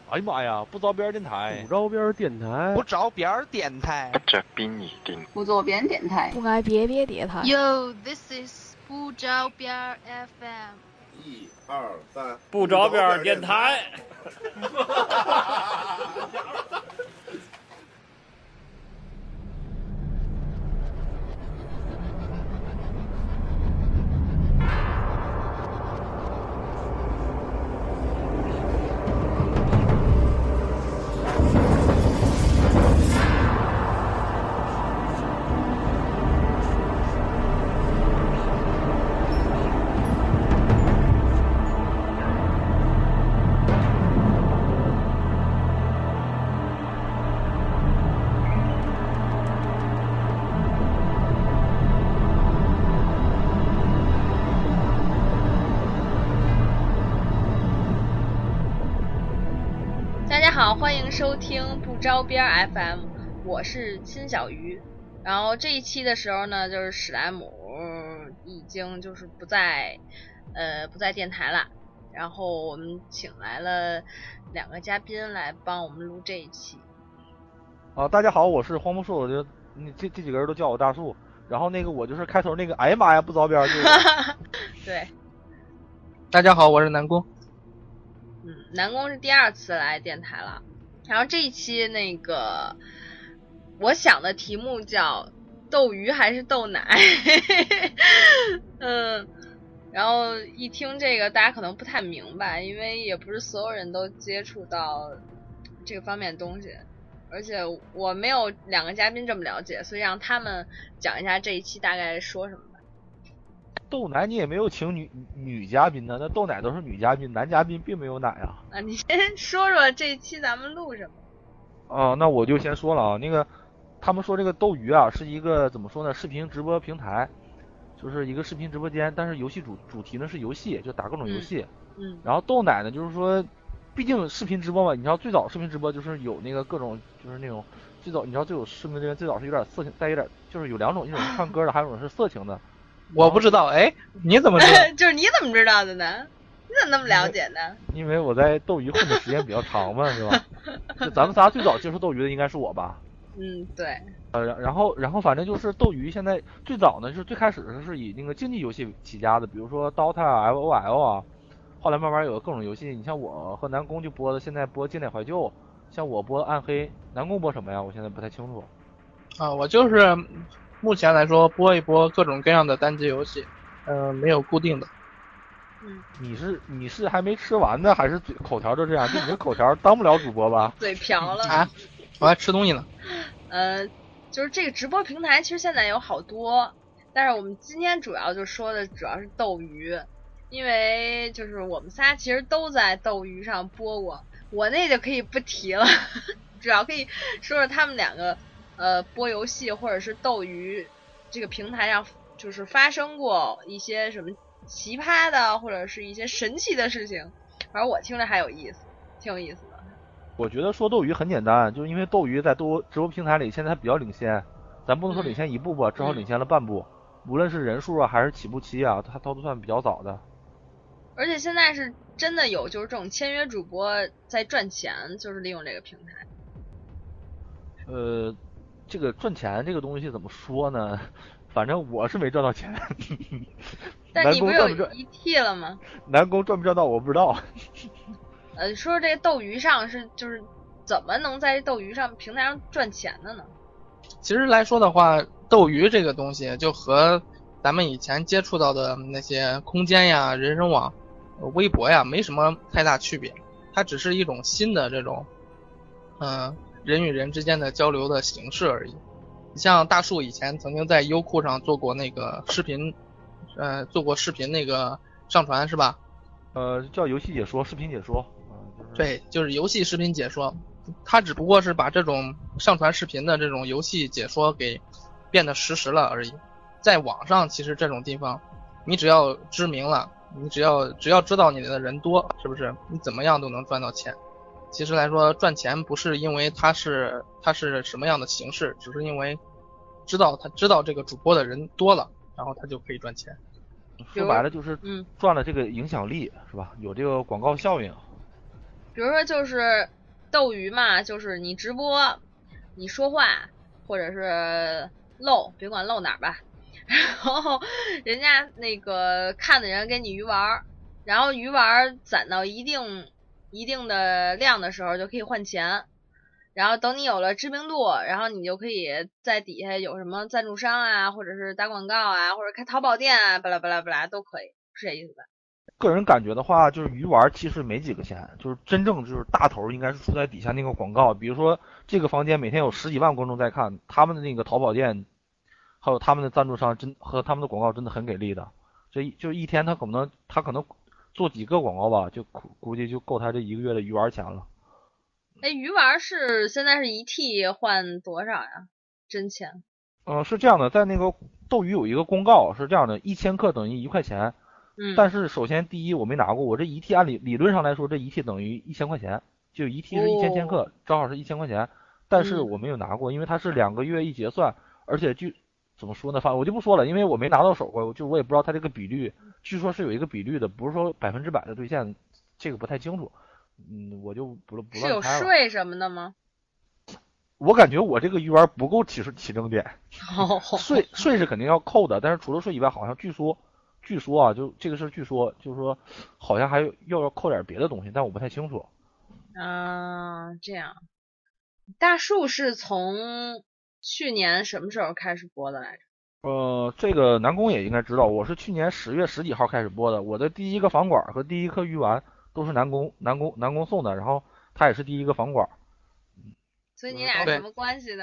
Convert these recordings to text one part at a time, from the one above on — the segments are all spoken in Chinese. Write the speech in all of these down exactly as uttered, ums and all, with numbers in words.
哎呀妈呀，不着边电台， 不着边电台， 不着边电台， 不着边一定， 不着边电台， 不挨别别电台。 Yo, this is 不着边 F M。 一二三， 不着边电台。 大家好，欢迎收听不着边 F M， 我是亲小鱼。然后这一期的时候呢，就是史莱姆已经就是不在呃不在电台了，然后我们请来了两个嘉宾来帮我们录这一期。 啊，大家好，我是荒木树，我就这这几个人都叫我大树。然后那个我就是开头那个，哎呀妈呀，不着边就是。 对， 大家好，我是南宫。 嗯，南宫是第二次来电台了，然后这一期那个我想的题目叫斗鱼还是斗奶，嗯，然后一听这个大家可能不太明白，因为也不是所有人都接触到这个方面的东西，而且我没有两个嘉宾这么了解，所以让他们讲一下这一期大概说什么。 豆奶你也没有请女女嘉宾呢，那豆奶都是女嘉宾，男嘉宾并没有奶啊。 啊，你先说说这一期咱们录什么？ 哦、啊，那我就先说了啊，那个他们说这个斗鱼啊是一个怎么说呢，视频直播平台，就是一个视频直播间，但是游戏主主题呢是游戏，就打各种游戏。 嗯。嗯然后豆奶呢，就是说，毕竟视频直播嘛，你知道最早视频直播就是有那个各种，就是那种最早你知道最有视频这边最早是有点色情，带有点就是有两种，一种是唱歌的，还有一种是色情的。 我不知道，哎，你怎么知道？ 就是你怎么知道的呢？你怎么那么了解呢？ 因为我在斗鱼混的时间比较长嘛，是吧？就咱们仨最早接触斗鱼的应该是我吧？ 嗯，对。 呃，然后然后反正就是斗鱼现在最早呢，就是最开始是以那个竞技游戏起家的，比如说 Dota 啊、L O L 啊，后来慢慢有各种游戏。你像我和南宫就播的，现在播经典怀旧，像我播暗黑，南宫播什么呀？我现在不太清楚。 啊，我就是目前来说播一播各种各样的单机游戏，呃，没有固定的。 嗯， 你是你是还没吃完呢，还是嘴口条就这样？就你这口条当不了主播吧？ 嘴瓢了啊！我还吃东西呢。 呃，就是这个直播平台其实现在有好多，但是我们今天主要就说的主要是斗鱼，因为就是我们仨其实都在斗鱼上播过，我那就可以不提了，主要可以说说他们两个呃播游戏或者是斗鱼这个平台上就是发生过一些什么奇葩的或者是一些神奇的事情，反正我听着还有意思，挺有意思的。 我觉得说斗鱼很简单，就是因为斗鱼在多直播平台里现在比较领先，咱不能说领先一步吧，嗯、至少领先了半步。无论是人数啊还是起步期啊，它它都算比较早的。 而且现在是真的有就是这种签约主播在赚钱，就是利用这个平台。 呃，这个赚钱这个东西怎么说呢？反正我是没赚到钱。 但你不是有一 T 了吗？ 南宫赚不赚到我不知道。 呃，说说这个斗鱼上是就是怎么能在斗鱼上平台上赚钱的呢？ 其实来说的话，斗鱼这个东西就和咱们以前接触到的那些空间呀、人人网、微博呀没什么太大区别，它只是一种新的这种，嗯、呃，人与人之间的交流的形式而已。你像大树以前曾经在优酷上做过那个视频，呃，做过视频那个上传是吧？ 呃，叫游戏解说、视频解说。 对，就是游戏视频解说，它只不过是把这种上传视频的这种游戏解说给变得实时了而已。在网上，其实这种地方，你只要知名了，你只要只要知道你的人多，是不是？你怎么样都能赚到钱。其实来说，赚钱不是因为它是它是什么样的形式，只是因为知道他知道这个主播的人多了，然后他就可以赚钱。 说白了就是赚了这个影响力，是吧？有这个广告效应。 比如说就是斗鱼嘛，就是你直播，你说话或者是漏，别管漏哪儿吧，然后人家那个看的人给你鱼丸，然后鱼丸攒到一定一定的量的时候就可以换钱。然后等你有了知名度，然后你就可以在底下有什么赞助商啊，或者是打广告啊，或者开淘宝店啊，巴拉巴拉巴拉都可以，是这意思吧？ 个人感觉的话，就是鱼丸其实没几个钱，就是真正就是大头应该是出在底下那个广告，比如说这个房间每天有十几万观众在看，他们的那个淘宝店，还有他们的赞助商真和他们的广告真的很给力的，这一就一天他可能他可能做几个广告吧，就估估计就够他这一个月的鱼丸钱了。 哎，鱼丸是现在是一 T 换多少呀？真钱？ 呃，是这样的，在那个斗鱼有一个公告是这样的，一千克等于一块钱。 嗯。 但是首先第一我没拿过，我这一 T 按理理论上来说，这一 T 等于一千块钱，就一 T 是一千千克， 哦、 正好是一千块钱。但是我没有拿过，因为它是两个月一结算，而且就怎么说呢，反正我就不说了，因为我没拿到手过，就我也不知道它这个比率，据说是有一个比率的，不是说百分之百的兑现，这个不太清楚。嗯，我就不不是有乱猜了。 税什么的吗？ 我感觉我这个鱼丸不够起起征点， 哦、 税税是肯定要扣的，但是除了税以外，好像据说据说啊，就这个事据说就是说好像还要要扣点别的东西，但我不太清楚。 啊，这样。大树是从去年什么时候开始播的来着？ 呃，这个南宫也应该知道，我是去年十月十几号开始播的，我的第一个房管和第一颗鱼丸都是南宫南宫南宫送的，然后他也是第一个房管。 所以你俩什么关系呢？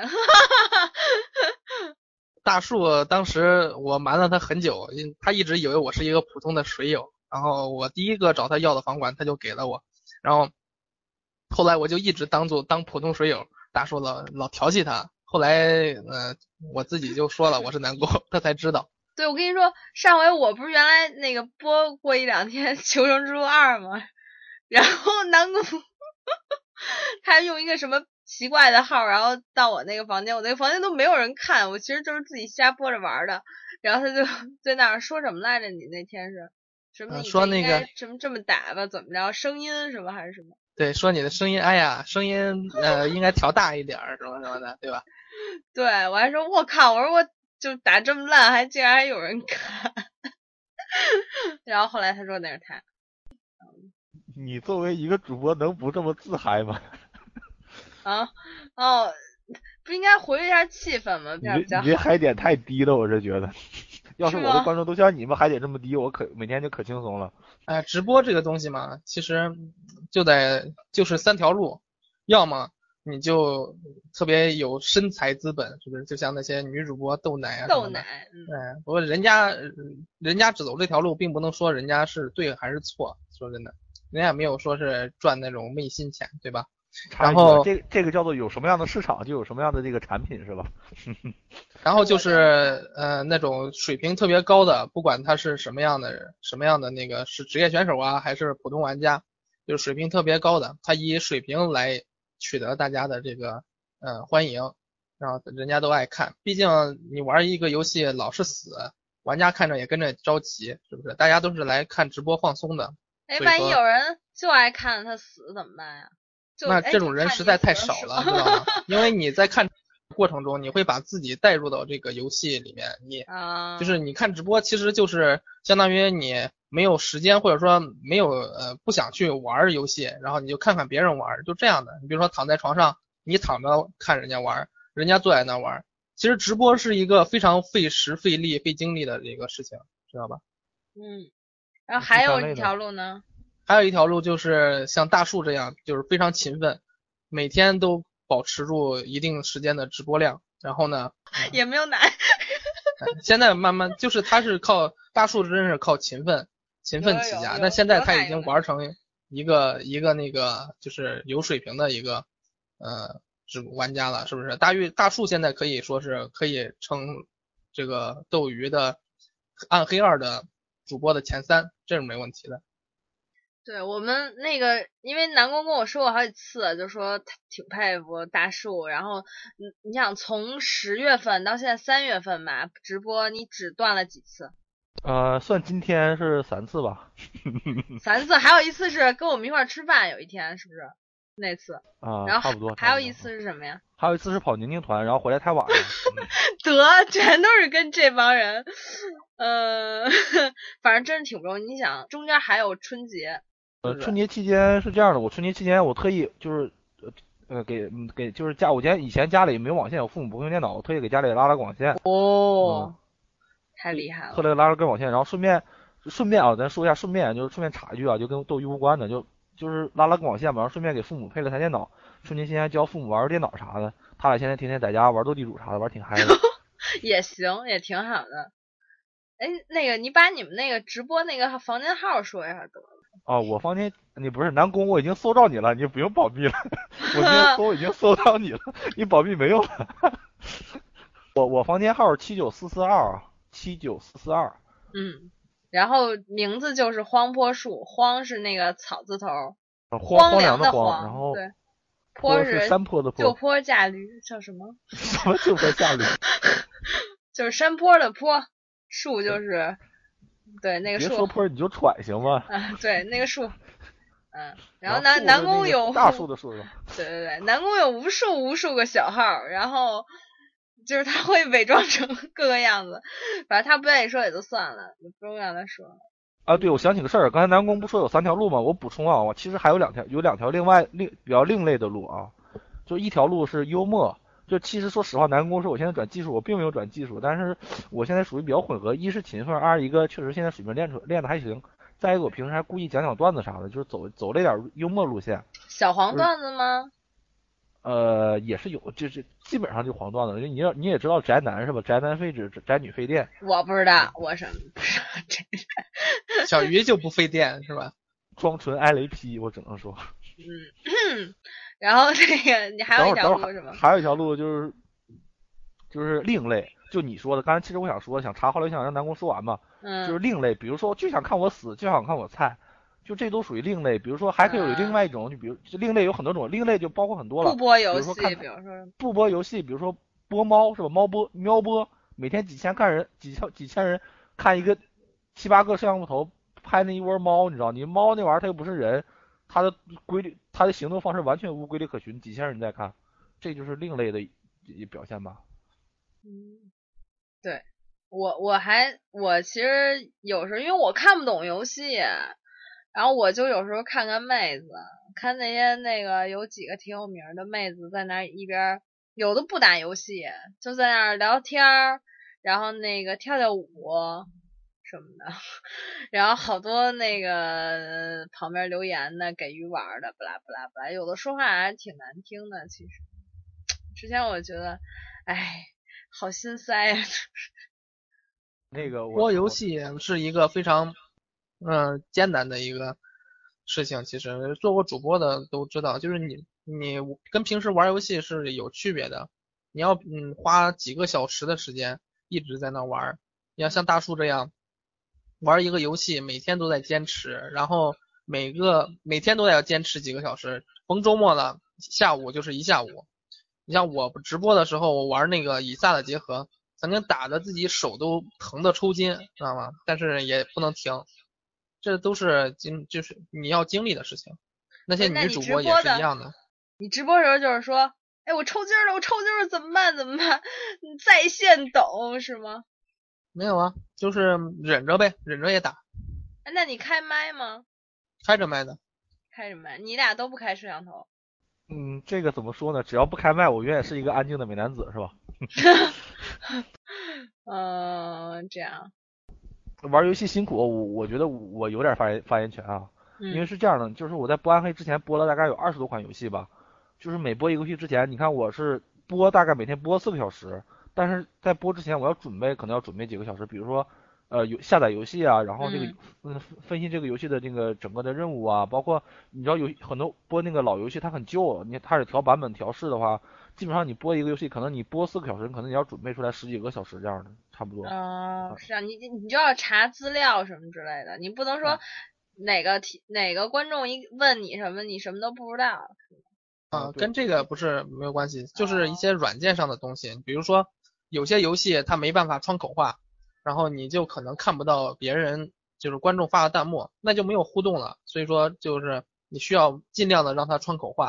大树当时我瞒了他很久，他一直以为我是一个普通的水友，然后我第一个找他要的房管他就给了我，然后后来我就一直当做当普通水友，大树老老调戏他，后来呃我自己就说了我是南宫，他才知道。 对，我跟你说，上回我不是原来那个播过一两天《求生之路二》吗？然后南宫他用一个什么奇怪的号，然后到我那个房间，我那个房间都没有人看，我其实就是自己瞎播着玩的。然后他就在那儿说什么来着？你那天是什么？ 嗯、说那个什么这么打吧？怎么着？声音是吧？还是什么？ 对，说你的声音，哎呀，声音呃应该调大一点什么什么的，对吧？ 对，我还说我靠，我说我就打这么烂，还竟然还有人看。然后后来他说那是他。 你作为一个主播能不这么自嗨吗？ 啊哦，不应该活跃一下气氛吗？ 你这你这嗨点太低了，我是觉得。要是我的观众都像你们嗨点这么低，我可每天就可轻松了。 哎、呃，直播这个东西嘛，其实就得就是三条路，要么你就特别有身材资本，是不是？就像那些女主播豆奶啊什么的。 豆奶，嗯。 哎，不过人家人家只走这条路，并不能说人家是对还是错。说真的，人家也没有说是赚那种昧心钱，对吧？然后这这个叫做有什么样的市场，就有什么样的这个产品，是吧？ 然后就是呃那种水平特别高的，不管他是什么样的人，什么样的那个是职业选手啊，还是普通玩家，就是水平特别高的，他以水平来取得大家的这个呃欢迎，然后人家都爱看。毕竟你玩一个游戏老是死，玩家看着也跟着着急，是不是？大家都是来看直播放松的。 哎，万一有人就爱看他死怎么办呀？ 那这种人实在太少了，知道吗？因为你在看过程中，你会把自己带入到这个游戏里面，你啊， 就是你看直播，其实就是相当于你没有时间，或者说没有呃不想去玩游戏，然后你就看看别人玩，就这样的。你比如说躺在床上，你躺着看人家玩，人家坐在那玩，其实直播是一个非常费时费力费精力的这个事情，知道吧？ 嗯，然后还有一条路呢？ 还有一条路就是像大树这样，就是非常勤奋，每天都保持住一定时间的直播量，然后呢， 嗯、也没有奶。 现在慢慢就是他是靠大树，真是靠勤奋，勤奋起家。但现在他已经玩成一个一个那个就是有水平的一个呃直玩家了，是不是？大玉大树现在可以说是可以称这个斗鱼的暗黑二的主播的前三，这是没问题的。 对，我们那个，因为南宫跟我说过好几次，就说他挺佩服大树。然后，你你想从十月份到现在三月份吧，直播你只断了几次？ 呃，算今天是三次吧。 三次，还有一次是跟我们一块儿吃饭，有一天是不是？ 那次啊、 然后差不多。 还有一差不多次是什么呀？ 还有一次是跑宁宁团，然后回来太晚了。嗯得，全都是跟这帮人，呃，反正真是挺不容易。你想，中间还有春节， 呃， 对不对春节期间是这样的，我春节期间我特意就是呃呃给嗯给就是家我家以前家里没有网线，我父母不会用电脑，我特意给家里拉了个网线。 哦， 嗯太厉害了。 后来拉了根网线，然后顺便顺便啊，咱说一下，顺便就是顺便插一句啊，就跟斗鱼无关的，就就是拉了根网线嘛，然后顺便给父母配了台电脑，春节期间教父母玩玩电脑啥的，他俩现在天天在家玩斗地主啥的，玩挺嗨的。 也行，也挺好的。哎，那个你把你们那个直播那个房间号说一下得了。 哦，我房间你不是南宫，我已经搜到你了，你不用保密了，我今天搜已经搜到你了，你保密没用了。我我房间号七九四四二七九四四二。 嗯，然后名字就是荒坡树，荒是那个草字头， 呃荒荒凉凉的荒， 然后对， 坡是山坡的坡。 就坡下驴叫什么？ 什么就坡下驴？ 就是山坡的坡，树就是对那个树。 别说坡你就喘行吗？ 啊，对那个树，嗯，然后树南南是那个宫有大树的树是吧？ 对对对，南宫有无数无数个小号，然后就是他会伪装成各个样子，反正他不愿意说也就算了，也不用让他说。 啊，对，我想起个事儿，刚才南宫不说有三条路吗？我补充啊，我其实还有两条，有两条另外另比较另类的路啊，就一条路是幽默。就其实说实话，南宫是我现在转技术，我并没有转技术，但是我现在属于比较混合，一是勤奋，二一个确实现在水平练出练的还行，再一个我平时还故意讲讲段子啥的，就是走走这点幽默路线。 小黄段子吗？ 呃，也是有，就是基本上就黄段子。你也你也知道宅男是吧？宅男废纸，宅女废电。 我不知道，我什么不知道这。 小鱼就不费电是吧？ 装纯挨雷劈，我只能说。 嗯，然后那个你还有一条路是吗？ 还有一条路就是就是另类，就你说的，刚才其实我想说想插，后来想让南宫说完嘛， 嗯， 就是另类，比如说就想看我死，就想看我菜，就这都属于另类。比如说还可以有另外一种，就比如就另类有很多种，另类就包括很多了。 不播游戏， 比比如说不播游戏，比如说播猫是吧？猫播喵播，每天几千看人，几千几千人看一个七八个摄像头拍那一窝猫，你知道，你猫那玩意儿它又不是人，它的规律，它的行动方式完全无规律可循，几千人在看，这就是另类的表现吧。 嗯，对，我我还我其实有时候因为我看不懂游戏，然后我就有时候看看妹子，看那些那个有几个挺有名的妹子在那一边，有的不打游戏，就在那儿聊天儿，然后那个跳跳舞什么的，然后好多那个旁边留言的给鱼玩的，不啦不啦不啦，有的说话还挺难听的。其实之前我觉得，哎，好心塞呀、啊。 那个播游戏是一个非常嗯、呃、艰难的一个事情，其实做过主播的都知道，就是你你跟平时玩游戏是有区别的，你要嗯花几个小时的时间一直在那玩，你要像大树这样玩一个游戏每天都在坚持，然后每个每天都要坚持几个小时，逢周末了下午就是一下午。你像我直播的时候，我玩那个以撒的结合，曾经打的自己手都疼得抽筋，知道吗？但是也不能停，这都是经就是你要经历的事情。那些女主播也是一样的。 你直播的时候就是说，哎，我抽筋了，我抽筋了，怎么办？怎么办？你在线等是吗？ 没有啊，就是忍着呗，忍着也打。 哎，那你开麦吗？ 开着麦的。 开着麦，你俩都不开摄像头。 嗯，这个怎么说呢？只要不开麦，我永远是一个安静的美男子，是吧？ 嗯、呃，这样。 玩游戏辛苦，我我觉得我有点发言发言权啊， 嗯、 因为是这样的，就是我在播暗黑之前播了大概有二十多款游戏吧，就是每播一个游戏之前，你看我是播大概每天播四个小时，但是在播之前我要准备，可能要准备几个小时，比如说。呃，有下载游戏啊，然后这个嗯分析这个游戏的这个整个的任务啊，包括你知道有很多播那个老游戏它很旧了，你它是调版本调试的话，基本上你播一个游戏，可能你播四个小时，可能你要准备出来十几个小时这样的，差不多。 哦、呃，是啊，你你就要查资料什么之类的，你不能说哪个题、嗯、哪个观众一问你什么，你什么都不知道。 啊，跟这个不是没有关系，就是一些软件上的东西，比如说有些游戏它没办法窗口化。然后你就可能看不到别人就是观众发的弹幕，那就没有互动了。所以说就是你需要尽量的让它窗口化，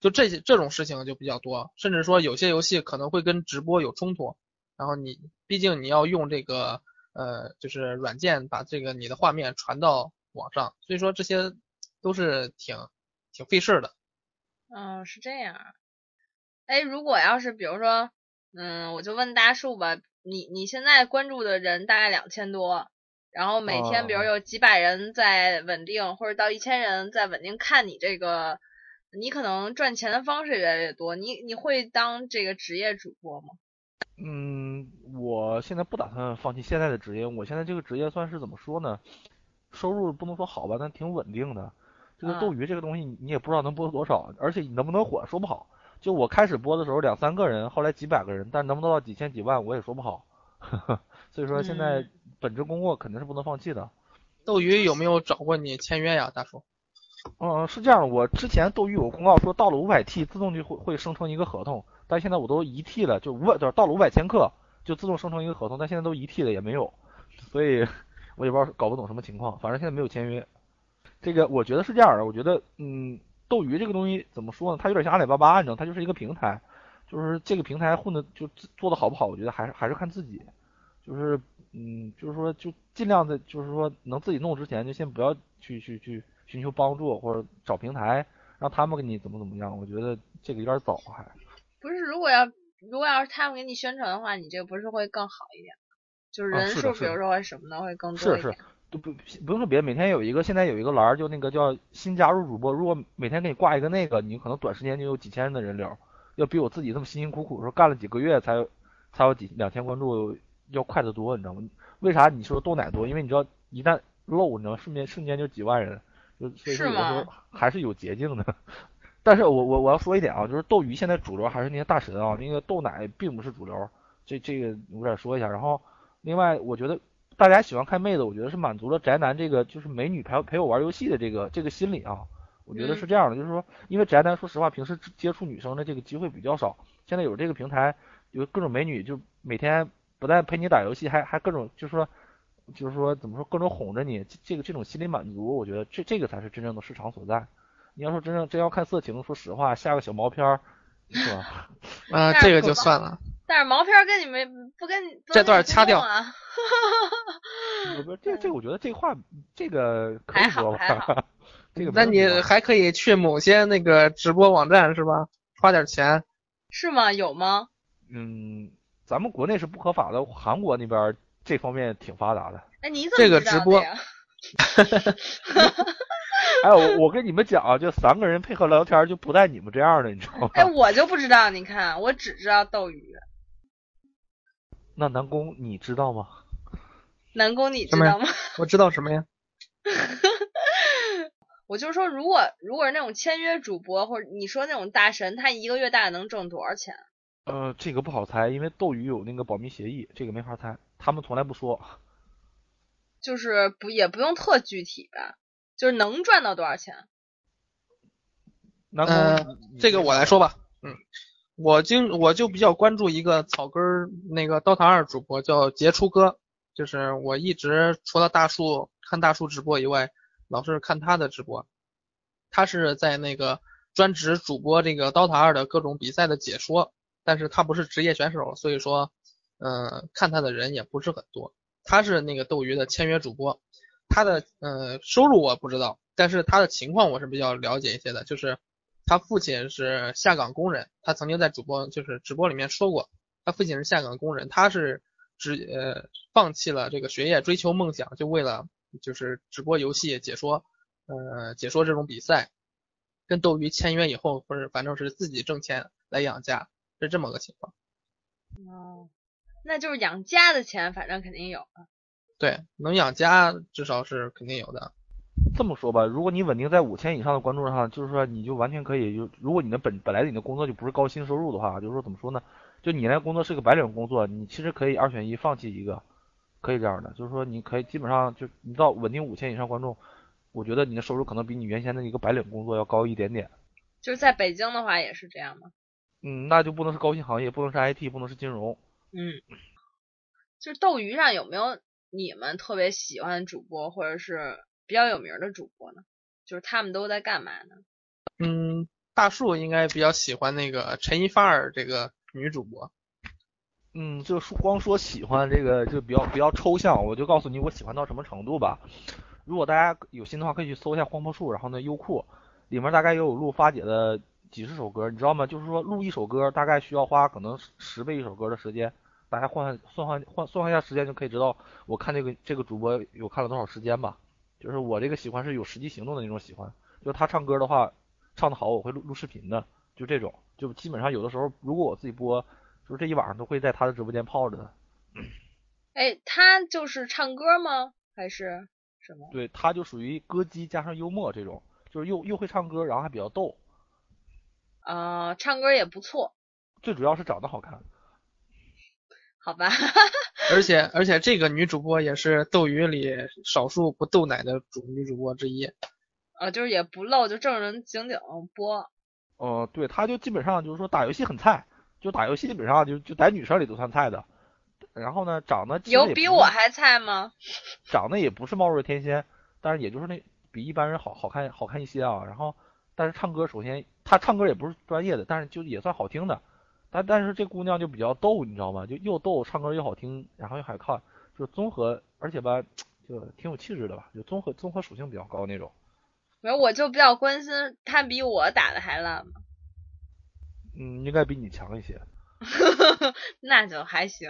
就这些这种事情就比较多，甚至说有些游戏可能会跟直播有冲突，然后你毕竟你要用这个呃就是软件把这个你的画面传到网上，所以说这些都是挺挺费事的。 嗯，是这样。哎，如果要是比如说，嗯，我就问大树吧，你你现在关注的人大概两千多，然后每天比如有几百人在稳定，或者到一千人在稳定看你这个，你可能赚钱的方式越来越多，你你会当这个职业主播吗？ 嗯，我现在不打算放弃现在的职业，我现在这个职业算是怎么说呢？收入不能说好吧，但挺稳定的。这个斗鱼这个东西，你也不知道能播多少，而且你能不能火说不好。就我开始播的时候两三个人，后来几百个人，但能不能到几千几万我也说不好。所以说现在本职工作肯定是不能放弃的。 斗鱼有没有找过你签约呀，大叔？ 嗯，是这样的，我之前斗鱼有公告说到了五百 T 自动就会会生成一个合同，但现在我都一 T 了，就五百到了五百千克就自动生成一个合同，但现在都一 T 了也没有，所以我也不知道搞不懂什么情况，反正现在没有签约。这个我觉得是这样的，我觉得嗯，斗鱼这个东西怎么说呢？它有点像阿里巴巴，你知道，它就是一个平台，就是这个平台混的就做的好不好，我觉得还是还是看自己，就是嗯，就是说就尽量的，就是说能自己弄之前就先不要去去去寻求帮助或者找平台让他们给你怎么怎么样，我觉得这个有点早还。 不是，如果要如果要是他们给你宣传的话，你这个不是会更好一点？就是人数，比如说什么的会更多一点。 是是，不不不用说别的，每天有一个，现在有一个栏，就那个叫新加入主播，如果每天给你挂一个那个，你可能短时间就有几千人的人流，要比我自己这么辛辛苦苦说干了几个月才才有几两千关注要快得多，你知道吗？为啥你说豆奶多？因为你知道一旦漏，你知道瞬间瞬间就几万人，就所以说有的时候还是有捷径的。但是我我我要说一点啊，就是斗鱼现在主流还是那些大神啊，那个豆奶并不是主流，这这个有点说一下。然后另外我觉得大家喜欢看妹子，我觉得是满足了宅男这个就是美女陪陪我玩游戏的这个这个心理啊，我觉得是这样的，就是说因为宅男说实话平时接触女生的这个机会比较少，现在有这个平台，有各种美女就每天不但陪你打游戏，还还各种就是说就是说怎么说各种哄着你，这个这种心理满足，我觉得这这个才是真正的市场所在。你要说真正真要看色情，说实话，下个小毛片儿，是吧？ 啊、呃，这个就算了。 但是毛片跟你们不跟你这段掐掉啊。 不不，这这我觉得这话这个可以说吧。 这个那你还可以去某些那个直播网站是吧？花点钱。 是吗？有吗？ 嗯，咱们国内是不合法的，韩国那边这方面挺发达的。 哎，你怎么知道这个直播？ 哎，我我跟你们讲啊，就三个人配合聊天就不带你们这样的，你知道吗？ 哎，我就不知道，你看，我只知道斗鱼。 那南宫你知道吗？ 南宫你知道吗？ 我知道什么呀？ 我就是说，如果如果是那种签约主播，或者你说那种大神，他一个月大概能挣多少钱？ 呃，这个不好猜，因为斗鱼有那个保密协议，这个没法猜，他们从来不说。 就是不也不用特具体吧，就是能赚到多少钱？ 呃，这个我来说吧，嗯，我经我就比较关注一个草根那个刀塔二主播叫杰出哥，就是我一直除了大树看大树直播以外，老是看他的直播。他是在那个专职主播这个刀塔二的各种比赛的解说，但是他不是职业选手，所以说，呃，看他的人也不是很多。他是那个斗鱼的签约主播，他的呃收入我不知道，但是他的情况我是比较了解一些的，就是他父亲是下岗工人，他曾经在主播就是直播里面说过，他父亲是下岗工人，他是只呃放弃了这个学业，追求梦想，就为了就是直播游戏解说，呃解说这种比赛，跟斗鱼签约以后，或者反正是自己挣钱来养家，是这么个情况。 哦。那就是养家的钱，反正肯定有的。 对，能养家至少是肯定有的。 这么说吧，如果你稳定在五千以上的关注上，就是说你就完全可以就，如果你的本本来你的工作就不是高薪收入的话，就是说怎么说呢？就你那工作是个白领工作，你其实可以二选一放弃一个，可以这样的，就是说你可以基本上就你到稳定五千以上观众，我觉得你的收入可能比你原先的一个白领工作要高一点点。 就是在北京的话也是这样吗？ 嗯，那就不能是高薪行业，不能是 I T， 不能是金融。 嗯，就是斗鱼上有没有你们特别喜欢的主播，或者是比较有名的主播呢？就是他们都在干嘛呢？ 嗯， 大树应该比较喜欢那个陈一发儿这个女主播。 嗯，就说光说喜欢这个就比较比较抽象，我就告诉你我喜欢到什么程度吧。如果大家有心的话，可以去搜一下荒坡树，然后呢优酷里面大概也有录发姐的几十首歌，你知道吗？就是说录一首歌大概需要花可能十倍一首歌的时间，大家换算换换算换一下时间就可以知道我看这个这个主播有看了多少时间吧。就是我这个喜欢是有实际行动的那种喜欢，就他唱歌的话唱得好我会录录视频的，就这种，就基本上有的时候如果我自己播，就是这一晚上都会在他的直播间泡着的。 哎，他就是唱歌吗？还是什么？ 对，他就属于歌姬加上幽默这种，就是又又会唱歌，然后还比较逗。 啊、呃，唱歌也不错。 最主要是长得好看。 好吧。 而且而且这个女主播也是斗鱼里少数不斗奶的主女主播之一。 啊，就是也不露，就正人经经播。 哦、呃，对，他就基本上就是说打游戏很菜，就打游戏基本上就就在女生里都算菜的。然后呢，长得有比我还菜吗？ 长得也不是貌若天仙，但是也就是那比一般人好好看好看一些啊。然后，但是唱歌首先他唱歌也不是专业的，但是就也算好听的。但但是这姑娘就比较逗，你知道吗？就又逗，唱歌又好听，然后又好看，就综合，而且吧，就挺有气质的吧，就综合综合属性比较高那种。 没有，我就比较关心他比我打的还烂吗？ 嗯，应该比你强一些。 那就还行。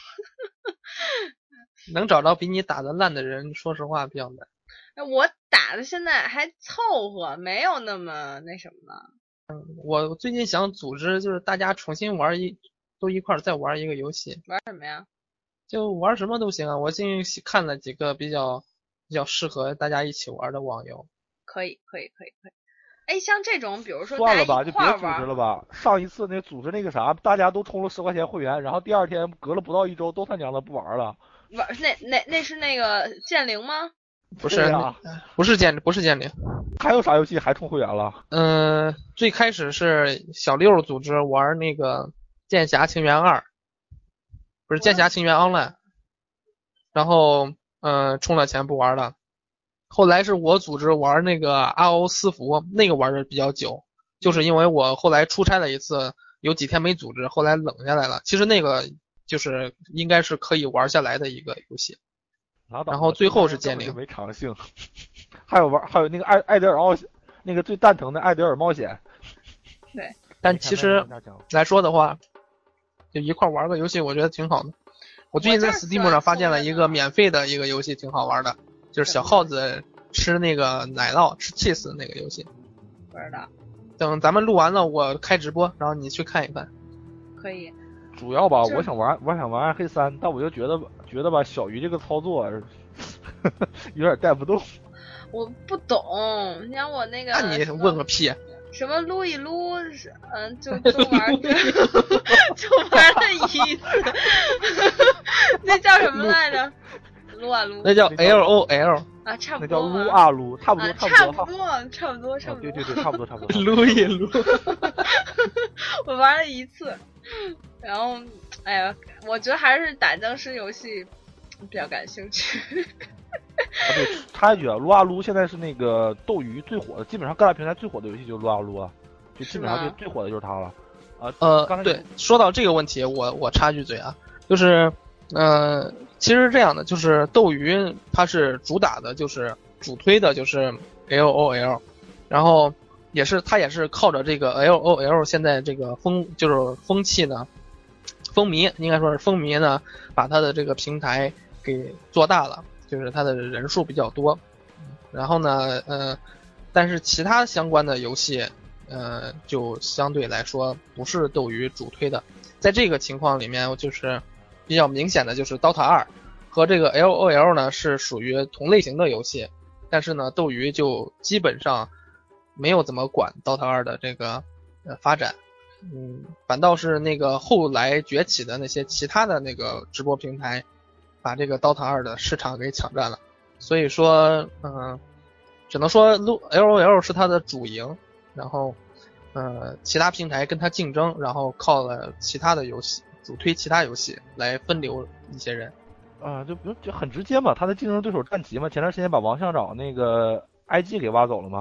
能找到比你打的烂的人，说实话比较难。 我打的现在还凑合，没有那么那什么了。 嗯，我最近想组织，就是大家重新玩一，都一块儿再玩一个游戏。 玩什么呀？ 就玩什么都行啊。我最近看了几个比较比较适合大家一起玩的网游。 可以，可以，可以，可以。哎，像这种，比如说算了吧，就别组织了吧。上一次那组织那个啥，大家都充了十块钱会员，然后第二天隔了不到一周，都他娘的不玩了。 玩那那那是那个剑灵吗？ 不是啊， 不是剑，不是剑灵。 还有啥游戏还充会员了？ 嗯、呃，最开始是小六组织玩那个《剑侠情缘二》，不是《剑侠情缘 Online》，然后嗯、呃、充了钱不玩了。后来是我组织玩那个阿欧斯服，那个玩的比较久，就是因为我后来出差了一次，有几天没组织，后来冷下来了。其实那个就是应该是可以玩下来的一个游戏。然后最后是剑灵， 没长性。还有玩，还有那个艾艾德尔冒险，那个最蛋疼的艾德尔冒险。 对， 但其实来说的话，就一块玩个游戏，我觉得挺好的。我最近在 Steam 上发现了一个免费的一个游戏，挺好玩的。就是小耗子吃那个奶酪吃 cheese 那个游戏， 不知道。 等咱们录完了，我开直播，然后你去看一看。 可以。 主要吧，我想玩，我想玩暗黑三，但我就觉得觉得吧，小鱼这个操作呵呵有点带不动。 我不懂，你像我那个。 那你问个屁！ 什么撸一撸，嗯，就就玩就玩了一次，那叫什么来着？撸啊撸， 那叫 L O L 啊，差不多，那叫撸啊撸，差不多， 差不多，差不多，差不多， 对对对，差不多，差不多， 撸一撸。 我玩了一次，然后，哎呀，我觉得还是打僵尸游戏比较感兴趣。 啊，对，插一句啊，撸啊撸现在是那个斗鱼最火的，基本上各大平台最火的游戏就是撸啊撸啊，就基本上就最火的就是它了。啊， 呃，对，说到这个问题，我我插句嘴啊，就是，呃。其实是这样的，就是斗鱼它是主打的，就是主推的就是 L O L， 然后也是它也是靠着这个 L O L 现在这个风就是风气呢，风靡应该说是风靡呢，把它的这个平台给做大了，就是它的人数比较多。然后呢，呃，但是其他相关的游戏，呃，就相对来说不是斗鱼主推的。在这个情况里面，就是比较明显的就是 Dota 二和这个 L O L 呢是属于同类型的游戏，但是呢斗鱼就基本上没有怎么管 Dota 二的这个呃发展，嗯，反倒是那个后来崛起的那些其他的那个直播平台把这个 Dota 二的市场给抢占了，所以说嗯、呃，只能说 L O L 是它的主营，然后呃其他平台跟它竞争，然后靠了其他的游戏主推其他游戏来分流一些人啊，就不就很直接嘛，他的竞争对手战旗嘛，前段时间把王校长那个 I G 给挖走了嘛，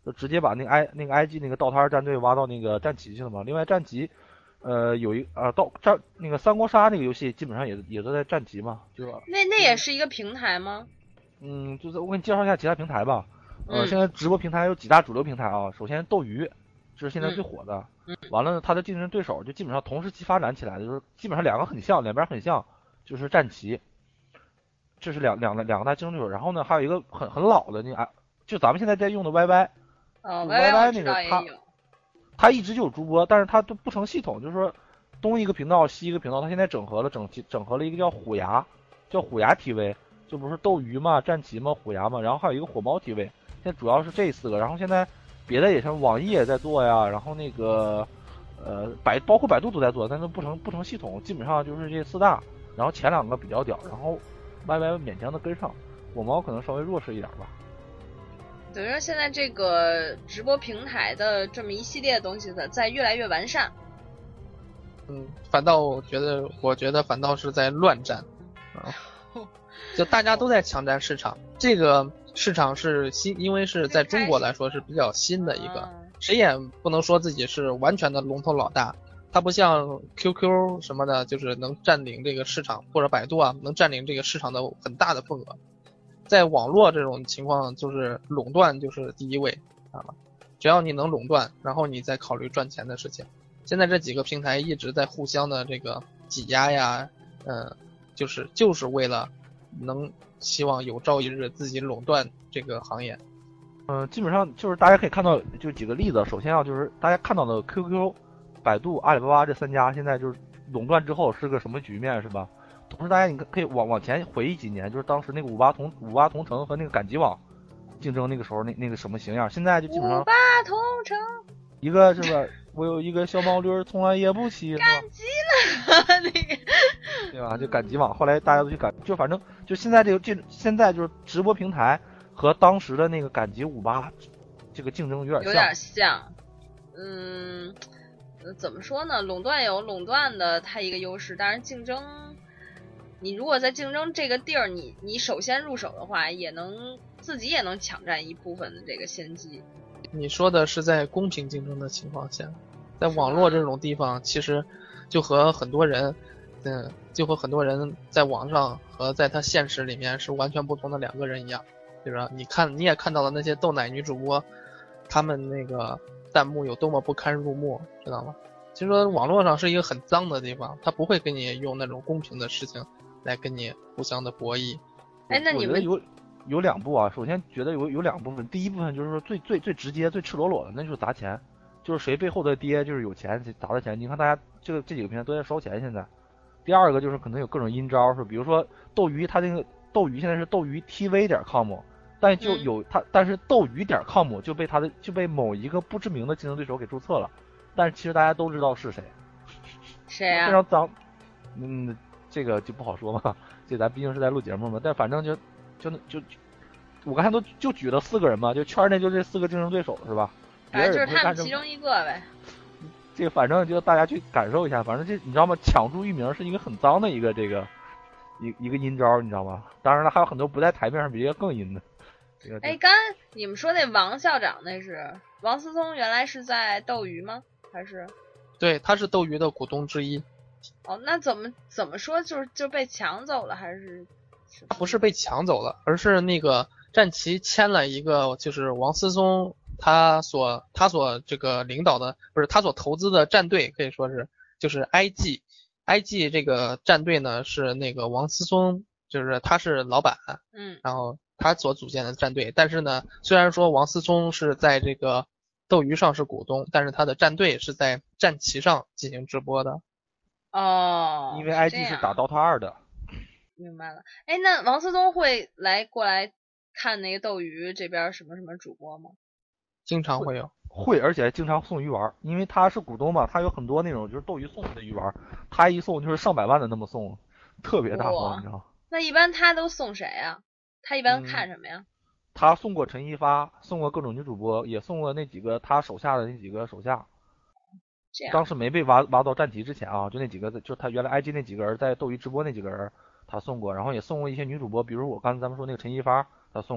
就直接把那个 I 那个 I G 那个道摊战队挖到那个战旗去了嘛。另外战旗，呃，有一呃到战那个三国杀那个游戏基本上也也都在战旗嘛，对吧？ 那那也是一个平台吗？ 嗯，就是我给你介绍一下其他平台吧。呃， 嗯现在直播平台有几大主流平台啊。首先斗鱼，这是现在最火的。 嗯。 完了，它的竞争对手就基本上同时期发展起来的，就是基本上两个很像，两边很像，就是战旗。这是两两个两个大竞争对手。然后呢，还有一个很很老的那个，就咱们现在在用的 Y Y。 哦 ，Y Y 我那个它知道也有。 它一直就有主播，但是它都不成系统，就是说东一个频道西一个频道，它现在整合了整整合了一个叫虎牙，叫虎牙 T V。就不是斗鱼嘛、战旗嘛、虎牙嘛，然后还有一个火猫 T V， 现在主要是这四个，然后现在别的也像网易也在做呀，然后那个呃百包括百度都在做，但是不成不成系统，基本上就是这四大，然后前两个比较屌，然后 Y Y 勉强的跟上，火猫可能稍微弱势一点吧。 等于说现在这个直播平台的这么一系列的东西在在越来越完善。 嗯，反倒我觉得，我觉得反倒是在乱战啊。就大家都在抢占市场，这个市场是新，因为是在中国来说是比较新的一个，谁也不能说自己是完全的龙头老大。它不像 Q Q 什么的，就是能占领这个市场，或者百度啊，能占领这个市场的很大的份额。在网络这种情况，就是垄断就是第一位啊，只要你能垄断，然后你再考虑赚钱的事情。现在这几个平台一直在互相的这个挤压呀，嗯，就是就是为了能希望有朝一日自己垄断这个行业。 嗯、呃，基本上就是大家可以看到就几个例子。首先啊，就是大家看到的 Q Q、百度、阿里巴巴这三家现在就是垄断之后是个什么局面，是吧？同时大家你可以往往前回忆几年，就是当时那个五八同五八同城和那个赶集网竞争那个时候那那个什么形样，现在就基本上五八同城， 一个是吧？我有一个小毛驴，从来也不骑， 赶集了那个， 对吧？就赶集网，后来大家都去赶，就反正就现在这个这现在就是直播平台和当时的那个赶集五八这个竞争有点像， 有点像，嗯，怎么说呢？垄断有垄断的它一个优势，但是竞争，你如果在竞争这个地儿，你你首先入手的话，也能自己也能抢占一部分的这个先机。 你说的是在公平竞争的情况下，在网络这种地方，其实就和很多人，嗯，就和很多人在网上和在他现实里面是完全不同的两个人一样，对吧？你看，你也看到了那些豆奶女主播，他们那个弹幕有多么不堪入目，知道吗？其实说网络上是一个很脏的地方，他不会跟你用那种公平的事情来跟你互相的博弈。 哎，那你们有有两步啊，首先觉得有有两部分，第一部分就是说最最最直接、最赤裸裸的，那就是砸钱，就是谁背后的爹就是有钱砸的钱。你看大家这个这几个平台都在烧钱现在。第二个就是可能有各种阴招，是比如说斗鱼，它这个斗鱼现在是斗鱼 T V 点 com， 但就有它，但是斗鱼点 com 就被它的就被某一个不知名的竞争对手给注册了，但是其实大家都知道是谁， 谁啊？ 非常脏，嗯，这个就不好说嘛，这咱毕竟是在录节目嘛，但反正就。就就我刚才都就举了四个人嘛，就圈内就这四个竞争对手是吧？ 反正就是他们其中一个呗。 这个反正就大家去感受一下，反正这你知道吗？抢注域名是一个很脏的一个这个一一个阴招，你知道吗？当然了，还有很多不在台面上比这个更阴的。这个、 哎，刚你们说那王校长那是王思聪，原来是在斗鱼吗？还是？ 对，他是斗鱼的股东之一。 哦，那怎么怎么说就是就被抢走了，还是？ 他不是被抢走了，而是那个战旗签了一个，就是王思聪他所他所这个领导的，不是他所投资的战队，可以说是就是 I G I G 这个战队呢是那个王思聪，就是他是老板， 嗯， 然后他所组建的战队，但是呢，虽然说王思聪是在这个斗鱼上是股东，但是他的战队是在战旗上进行直播的。 哦， 因为 I G 是打 Dota 二的。 明白了。哎，那王思聪会来过来看那个斗鱼这边什么什么主播吗？ 经常会有， 会，而且经常送鱼丸，因为他是股东嘛，他有很多那种就是斗鱼送的鱼丸，他一送就是上百万的那么送，特别大方，你知道吗？ 那一般他都送谁啊？他一般看什么呀？ 嗯、他送过陈一发，送过各种女主播，也送过那几个他手下的那几个手下。 这样。 当时没被挖挖到战旗之前啊，就那几个，就是他原来 I G 那几个人在斗鱼直播那几个人。他送过，然后也送过一些女主播，比如我刚才咱们说那个陈一发，他送过，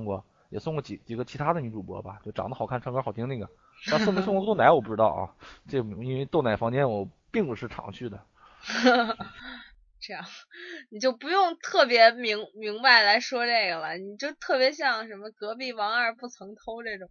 也送过几几个其他的女主播吧，就长得好看、唱歌好听那个。但送没送过豆奶我不知道啊，这因为豆奶房间我并不是常去的。 这样你就不用特别明明白来说这个了，你就特别像什么隔壁王二不曾偷这种。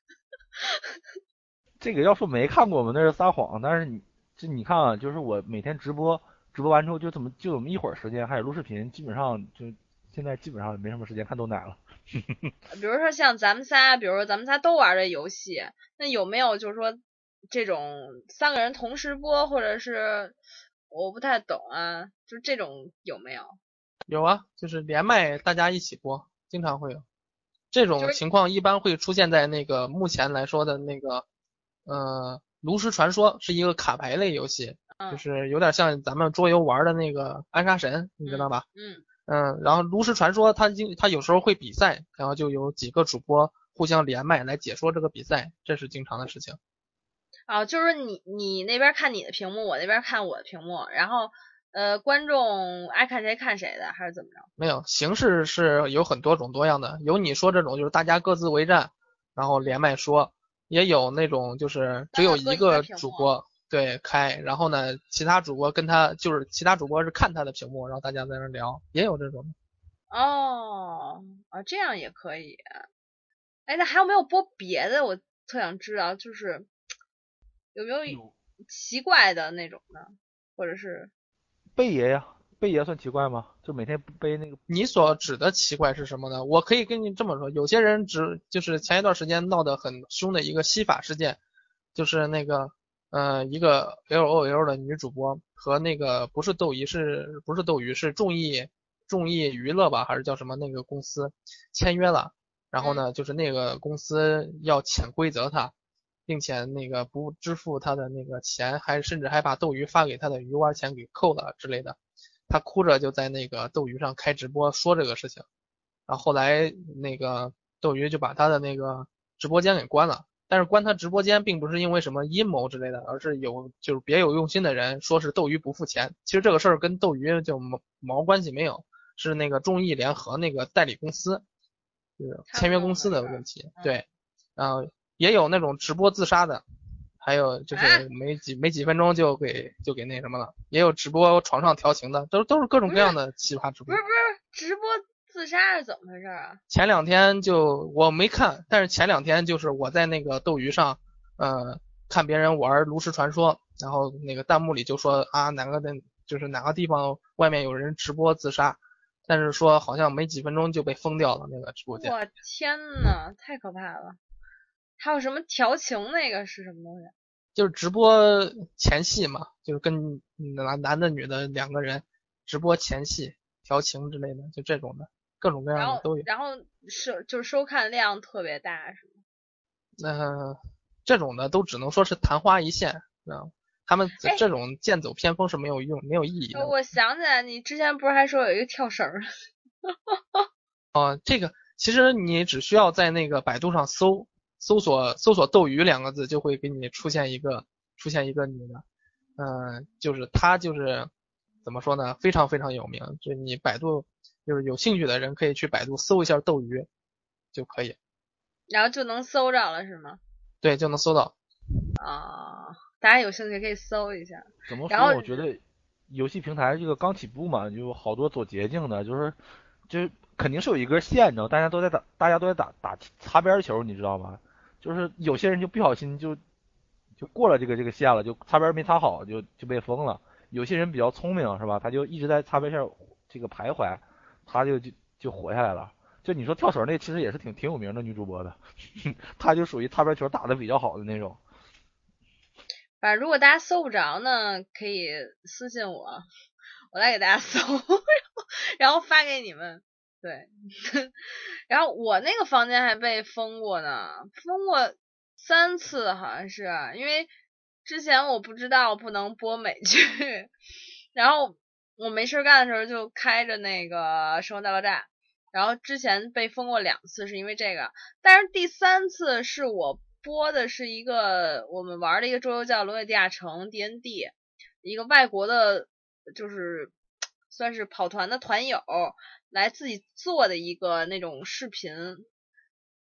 这个要说没看过我们那是撒谎，但是你这你看啊，就是我每天直播直播完之后就这么就这么一会儿时间，还有录视频，基本上就现在基本上没什么时间看豆奶了。 比如说像咱们仨，比如说咱们仨都玩这游戏，那有没有就是说这种三个人同时播，或者是我不太懂啊，就这种有没有？ 有啊，就是连麦大家一起播，经常会有。这种就是情况一般会出现在那个目前来说的那个，呃，炉石传说是一个卡牌类游戏， 嗯就是有点像咱们桌游玩的那个暗杀神，你知道吧？ 嗯嗯，然后炉石传说它经它有时候会比赛，然后就有几个主播互相连麦来解说这个比赛，这是经常的事情。 啊，就是你你那边看你的屏幕，我那边看我的屏幕，然后呃观众爱看谁看谁的，还是怎么着？ 没有，形式是有很多种多样的，有你说这种就是大家各自为战，然后连麦说，也有那种就是只有一个主播对开，然后呢其他主播跟他就是其他主播是看他的屏幕，然后大家在那聊，也有这种的。 哦啊，这样也可以。哎，那还有没有播别的？我特想知道，就是有没有有奇怪的那种呢？或者是贝爷呀，贝爷算奇怪吗？就每天背那个。 你所指的奇怪是什么呢？我可以跟你这么说，有些人只就是前一段时间闹得很凶的一个西法事件，就是那个呃一个 L O L 的女主播和那个不是斗鱼是不是斗鱼是众艺众艺娱乐吧还是叫什么那个公司签约了，然后呢就是那个公司要潜规则他，并且那个不支付他的那个钱，还甚至还把斗鱼发给他的鱼丸钱给扣了之类的。他哭着就在那个斗鱼上开直播说这个事情，然后后来那个斗鱼就把他的那个直播间给关了。但是关他直播间并不是因为什么阴谋之类的，而是有就是别有用心的人说是斗鱼不付钱。其实这个事儿跟斗鱼就毛毛关系没有，是那个众艺联合那个代理公司，就是签约公司的问题。对，然后也有那种直播自杀的。还有就是没几没几分钟就给就给那什么了，也有直播床上调情的，都都是各种各样的奇葩直播。 不是不是直播自杀是怎么回事啊？ 前两天就我没看，但是前两天就是我在那个斗鱼上，呃，看别人玩炉石传说，然后那个弹幕里就说啊哪个的，就是哪个地方外面有人直播自杀，但是说好像没几分钟就被封掉了那个直播间。 我天呐，太可怕了！还有什么调情那个是什么东西？ 就是直播前戏嘛，就是跟男男的女的两个人直播前戏调情之类的，就这种的各种各样的都有。 然后然后收就是收看量特别大是吗？ 呃，这种的都只能说是昙花一现，知道吗？他们这种剑走偏锋是没有用、没有意义的。 我想起来，你之前不是还说有一个跳绳儿？ 哦、呃，这个其实你只需要在那个百度上搜。搜索搜索斗鱼两个字就会给你出现一个出现一个女的，嗯、呃，就是她就是怎么说呢，非常非常有名，就你百度就是有兴趣的人可以去百度搜一下斗鱼就可以， 然后就能搜着了是吗？ 对，就能搜到。 啊、哦，大家有兴趣可以搜一下。 怎么说？我觉得游戏平台这个刚起步嘛，就好多走捷径的，就是就是肯定是有一根线，你知道，大家都在打，大家都在打打擦边球，你知道吗？就是有些人就不小心就就过了这个这个线了，就擦边没擦好，就就被封了。有些人比较聪明，是吧？他就一直在擦边线这个徘徊，他就就就活下来了。就你说跳绳那其实也是挺挺有名的女主播的，她就属于擦边球打得比较好的那种。 反正如果大家搜不着呢，可以私信我，我来给大家搜，然后发给你们。对，然后我那个房间还被封过呢，封过三次，好像是因为之前我不知道不能播美剧，然后我没事干的时候就开着那个《生活大爆炸》，然后之前被封过两次是因为这个，但是第三次是我播的是一个我们玩的一个桌游叫《龙与地下城》D N D， 一个外国的，就是算是跑团的团友来自己做的一个那种视频，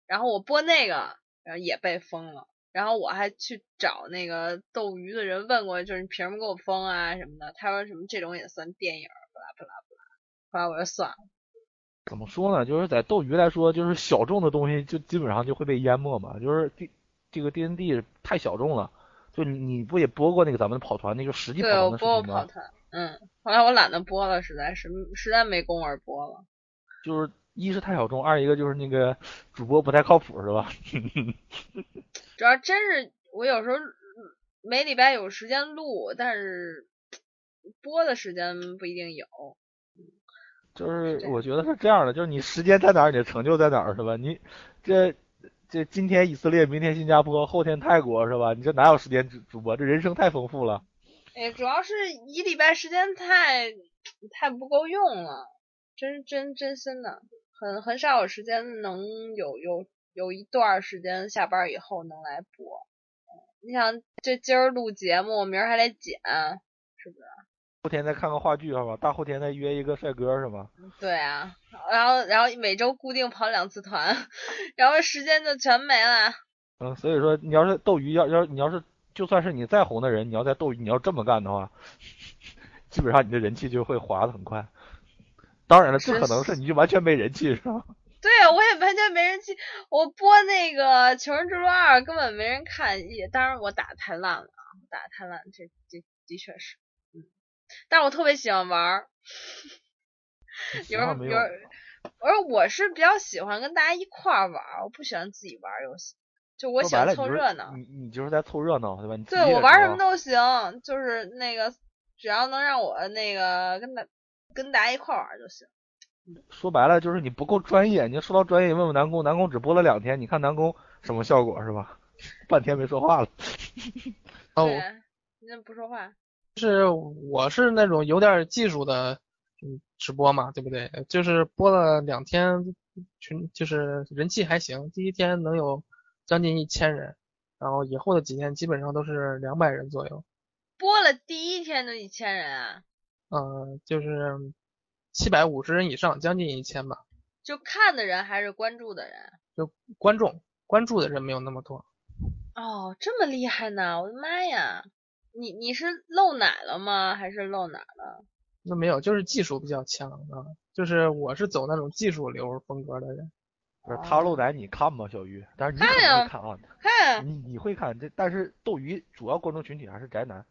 然后我播那个，然后也被封了。然后我还去找那个斗鱼的人问过，就是你凭什么给我封啊什么的？他说什么这种也算电影，巴拉巴拉巴拉。后来我就算了。 怎么说呢？就是在斗鱼来说，就是小众的东西就基本上就会被淹没嘛。就是这这个 D N D 太小众了。就你你不也播过那个咱们跑团那个实际跑对，我团的视播过频吗？ 跑团，嗯，后来我懒得播了，实在是实在没工夫播了。 就是一是太小众，二一个就是那个主播不太靠谱，是吧？ 主要真是我有时候每礼拜有时间录，但是播的时间不一定有。 就是我觉得是这样的，就是你时间在哪儿，你的成就在哪儿，是吧？你这这今天以色列，明天新加坡，后天泰国，是吧？你这哪有时间主主播？这人生太丰富了。 哎，主要是一礼拜时间太太不够用了，真真真心的，很很少有时间能有有有一段时间下班以后能来播。你想这今儿录节目，明儿还得剪，是不是？ 后天再看个话剧，好吧？大后天再约一个帅哥，是吧？ 对啊，然后然后每周固定跑两次团，然后时间就全没了。 嗯，所以说你要是斗鱼，要要你要是就算是你再红的人，你要在斗鱼，你要这么干的话，基本上你的人气就会滑得很快。当然了，这可能是你就完全没人气，是吧？ 对啊，我也完全没人气。我播那个《求生之路二》根本没人看，也当然我打的太烂了啊，打的太烂，这这的确是，嗯。但是我特别喜欢玩儿，有时候有，而我是比较喜欢跟大家一块儿玩，我不喜欢自己玩游戏，就我喜欢凑热闹。 你你就是在凑热闹，对吧？你对我玩什么都行，就是那个只要能让我那个跟大跟大家一块儿玩就行。 说白了就是你不够专业，你说到专业，问问南宫，南宫只播了两天，你看南宫什么效果是吧？半天没说话了。 哦， 你怎么不说话？ 就是我是那种有点技术的，嗯，直播嘛，对不对？就是播了两天，群就是人气还行，第一天能有将近一千人，然后以后的几天基本上都是两百人左右。 播了第一天就一千人啊？ 嗯，就是七百五十人以上，将近一千吧。 就看的人还是关注的人？ 就观众，关注的人没有那么多。 哦，这么厉害呢！我的妈呀！你你是露奶了吗？还是露哪了？ 那没有，就是技术比较强啊。就是我是走那种技术流风格的人。 不是他露奶你看吗，小鱼？但是你肯定会看啊， 看。 你你会看这，但是斗鱼主要观众群体还是宅男。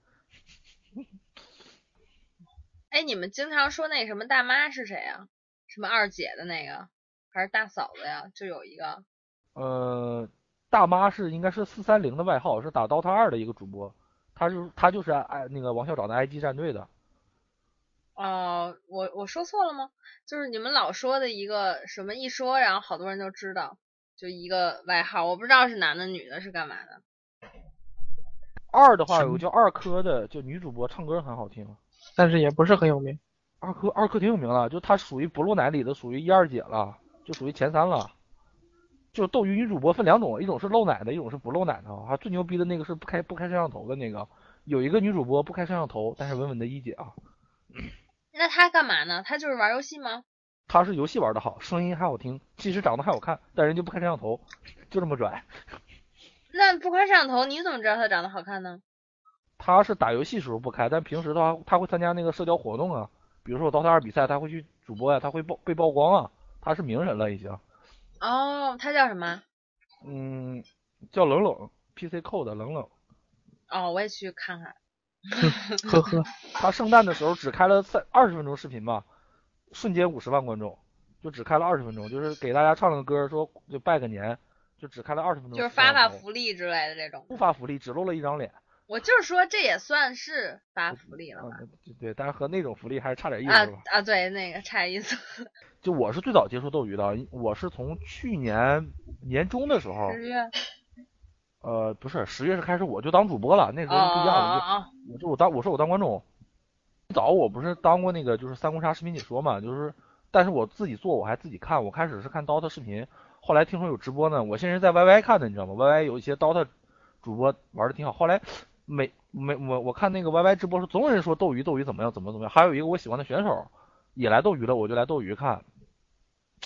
哎，你们经常说那什么大妈是谁啊？什么二姐的那个，还是大嫂子呀？就有一个。 呃，大妈是应该是四三零的外号，是打 Dota 二的一个主播，他就他就是爱那个王校长的 I G 战队的。 哦，我我说错了吗？就是你们老说的一个什么一说，然后好多人都知道，就一个外号，我不知道是男的女的，是干嘛的。 二的话有个叫二科的，就女主播唱歌很好听， 但是也不是很有名。 二科二科挺有名了，就她属于不露奶里的，属于一二姐了，就属于前三了。就斗鱼女主播分两种，一种是露奶的，一种是不露奶的啊。最牛逼的那个是不开不开摄像头的那个，有一个女主播不开摄像头，但是稳稳的一姐啊。 那她干嘛呢？她就是玩游戏吗？ 她是游戏玩的好，声音还好听，其实长得还好看，但人就不开摄像头，就这么拽。 那不开摄像头，你怎么知道她长得好看呢？ 她是打游戏时候不开，但平时的话，她会参加那个社交活动啊，比如说我刀塔二比赛，她会去主播呀、啊，她会曝被曝光啊，她是名人了已经。 哦，她叫什么？ 嗯，叫冷冷 ，P C 扣的冷冷。 哦，我也去看看。 呵呵， 他圣诞的时候只开了三二十分钟视频吧，瞬间五十万观众，就只开了二十分钟，就是给大家唱了个歌，说就拜个年，就只开了二十分钟， 就是发发福利之类的这种。 不发福利，只露了一张脸。 我就是说这也算是发福利了吧？ 嗯，对，但是和那种福利还是差点意思啊吧？ 啊，对，那个差点意思。 就我是最早接触斗鱼的，我是从去年年中的时候。 十月。 呃，不是，十月是开始我就当主播了，那时候不一样的， 哦、 我就我当我说我当观众，早我不是当过那个就是三国杀视频解说嘛，就是但是我自己做我还自己看，我开始是看 Dota 视频，后来听说有直播呢，我现在是在 Y Y 看的，你知道吗 ？Y Y 有一些 Dota 主播玩的挺好，后来每每我我看那个 Y Y 直播时，总有人说斗鱼斗鱼怎么样怎么怎么样，还有一个我喜欢的选手也来斗鱼了，我就来斗鱼看。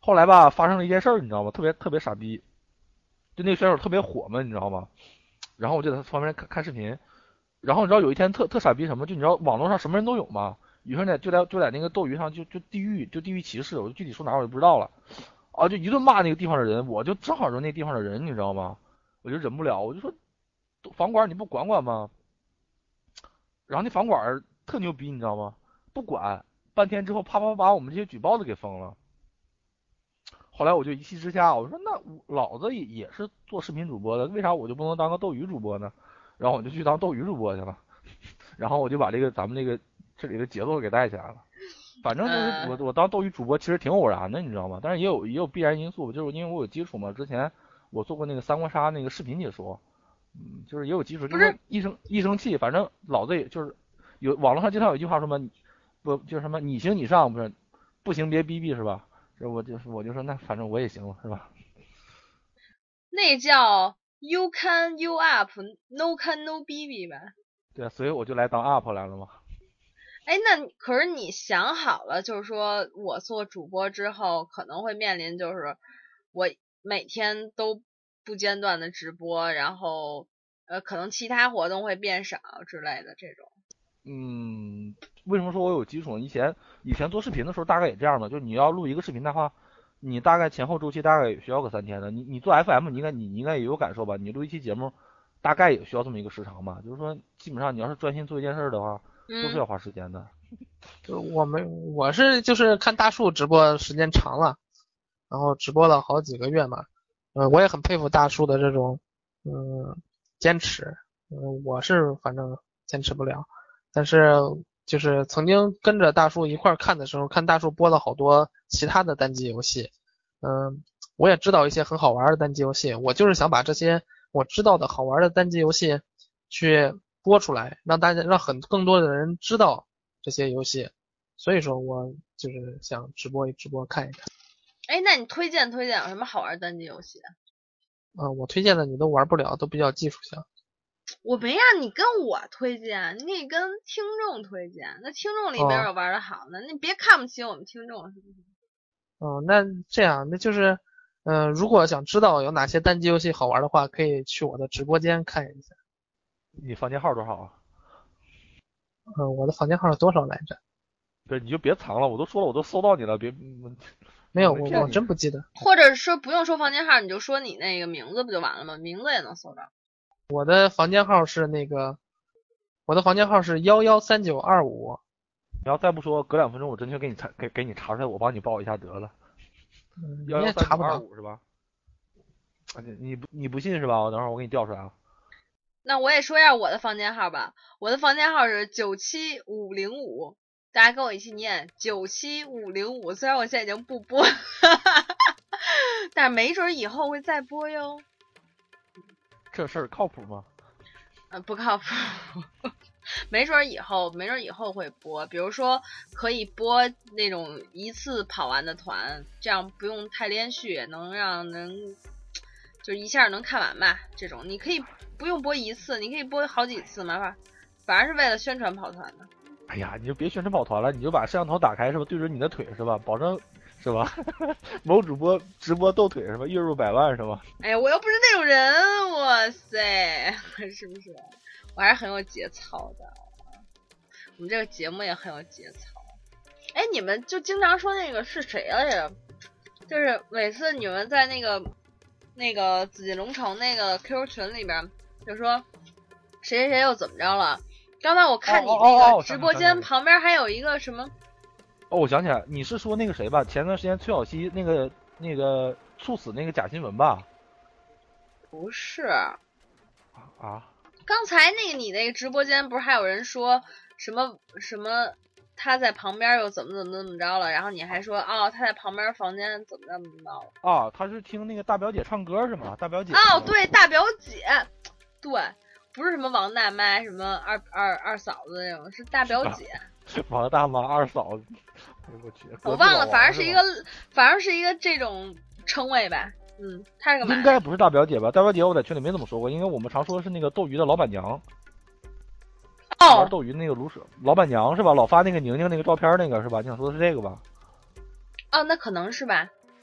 后来吧，发生了一件事儿，你知道吗？特别特别傻逼，就那个选手特别火嘛，你知道吗？然后我就在他旁边看看视频，然后你知道有一天特特傻逼什么？就你知道网络上什么人都有吗？有人在就在就在那个斗鱼上就就地狱就地狱骑士，我就具体说哪儿我就不知道了，啊，就一顿骂那个地方的人，我就正好是那地方的人，你知道吗？我就忍不了，我就说房管你不管管吗？然后那房管特牛逼，你知道吗？不管，半天之后啪啪啪把我们这些举报的给封了。后来我就一气之下，我说那老子也也是做视频主播的，为啥我就不能当个斗鱼主播呢？然后我就去当斗鱼主播去了，然后我就把这个咱们这个这里的节奏给带起来了。反正就是我我当斗鱼主播其实挺偶然的，你知道吗？但是也有也有必然因素，就是因为我有基础嘛，之前我做过那个三国杀那个视频解说，嗯，就是也有基础，就是一生一生气，反正老子也就是有网络上经常有一句话说嘛，不就是什么你行你上，不是不行别逼逼是吧？这我就是我就说那反正我也行了是吧？ 那叫 you can you up no can no B B 吧？ 对啊，所以我就来当 U P 来了嘛。 哎，那可是你想好了，就是说我做主播之后可能会面临就是我每天都不间断的直播，然后呃可能其他活动会变少之类的这种。 嗯，为什么说我有基础呢？以前以前做视频的时候大概也这样的，就是你要录一个视频的话，你大概前后周期大概也需要个三天的。你你做 F M， 你应该你你应该也有感受吧？你录一期节目，大概也需要这么一个时长吧？就是说，基本上你要是专心做一件事的话，都是要花时间的。 就我们我是就是看大树直播时间长了，然后直播了好几个月嘛，呃，我也很佩服大树的这种嗯坚持，嗯，我是反正坚持不了。但是就是曾经跟着大树一块看的时候，看大树播了好多其他的单机游戏，嗯，我也知道一些很好玩的单机游戏，我就是想把这些我知道的好玩的单机游戏去播出来，让大家让很更多的人知道这些游戏，所以说我就是想直播一直播看一看。 哎，那你推荐推荐有什么好玩的单机游戏啊？ 嗯，我推荐的你都玩不了，都比较技术性。 我没让你跟我推荐，你得跟听众推荐。那听众里边有玩的好的，哦，你别看不起我们听众，是不是？ 哦，那这样，那就是，嗯、呃，如果想知道有哪些单机游戏好玩的话，可以去我的直播间看一下。 你房间号多少啊？ 嗯、呃，我的房间号是多少来着？ 不是，你就别藏了，我都说了，我都搜到你了，别。 没有，我我真不记得。 或者说不用说房间号，你就说你那个名字不就完了吗？名字也能搜到。 我的房间号是那个，我的房间号是幺幺三九二五。 你要再不说，隔两分钟我真就给你查，给给你查出来，我帮你报一下得了。幺幺三九二五是吧？你不你不信是吧？我等会儿我给你调出来啊。 那我也说一下我的房间号吧，我的房间号是九七五零五，大家跟我一起念九七五零五。虽然我现在已经不播，但是没准以后会再播哟。 这事儿靠谱吗？ 呃，不靠谱。没准以后，没准以后会播，比如说可以播那种一次跑完的团，这样不用太连续，能让人就一下能看完吧。这种你可以不用播一次，你可以播好几次嘛，反反而是为了宣传跑团的。 哎呀，你就别宣传跑团了，你就把摄像头打开是吧？对准你的腿是吧？保证是吧？某主播直播斗腿是吧？月入百万是吧？ 哎呀，我又不是那种人，哇塞，是不是？我还是很有节操的。我们这个节目也很有节操。哎，你们就经常说那个是谁来着？就是每次你们在那个那个紫禁龙城那个 Q Q 群里边，就说谁谁谁又怎么着了。刚才我看你那个直播间旁边还有一个什么？ 哦，我想起来，你是说那个谁吧？前段时间崔小溪那个那个猝死那个假新闻吧？ 不是。 啊？ 刚才那个你那个直播间不是还有人说什么什么他在旁边又怎么怎么怎么着了，然后你还说哦他在旁边房间怎么怎么着了啊？他是听那个大表姐唱歌是吗？大表姐哦对大表姐，对，不是什么王大妈什么二二二嫂子那种，是大表姐。 王大妈二嫂子，哎我去， 我忘了，反正是一个反正是一个这种称谓吧。嗯，他是个应该不是大表姐吧？大表姐我在群里没怎么说过，因为我们常说的是那个斗鱼的老板娘。 哦， 玩斗鱼那个卢舍老板娘是吧？老发那个宁宁那个照片那个是吧？你想说的是这个吧？ 哦，那可能是吧。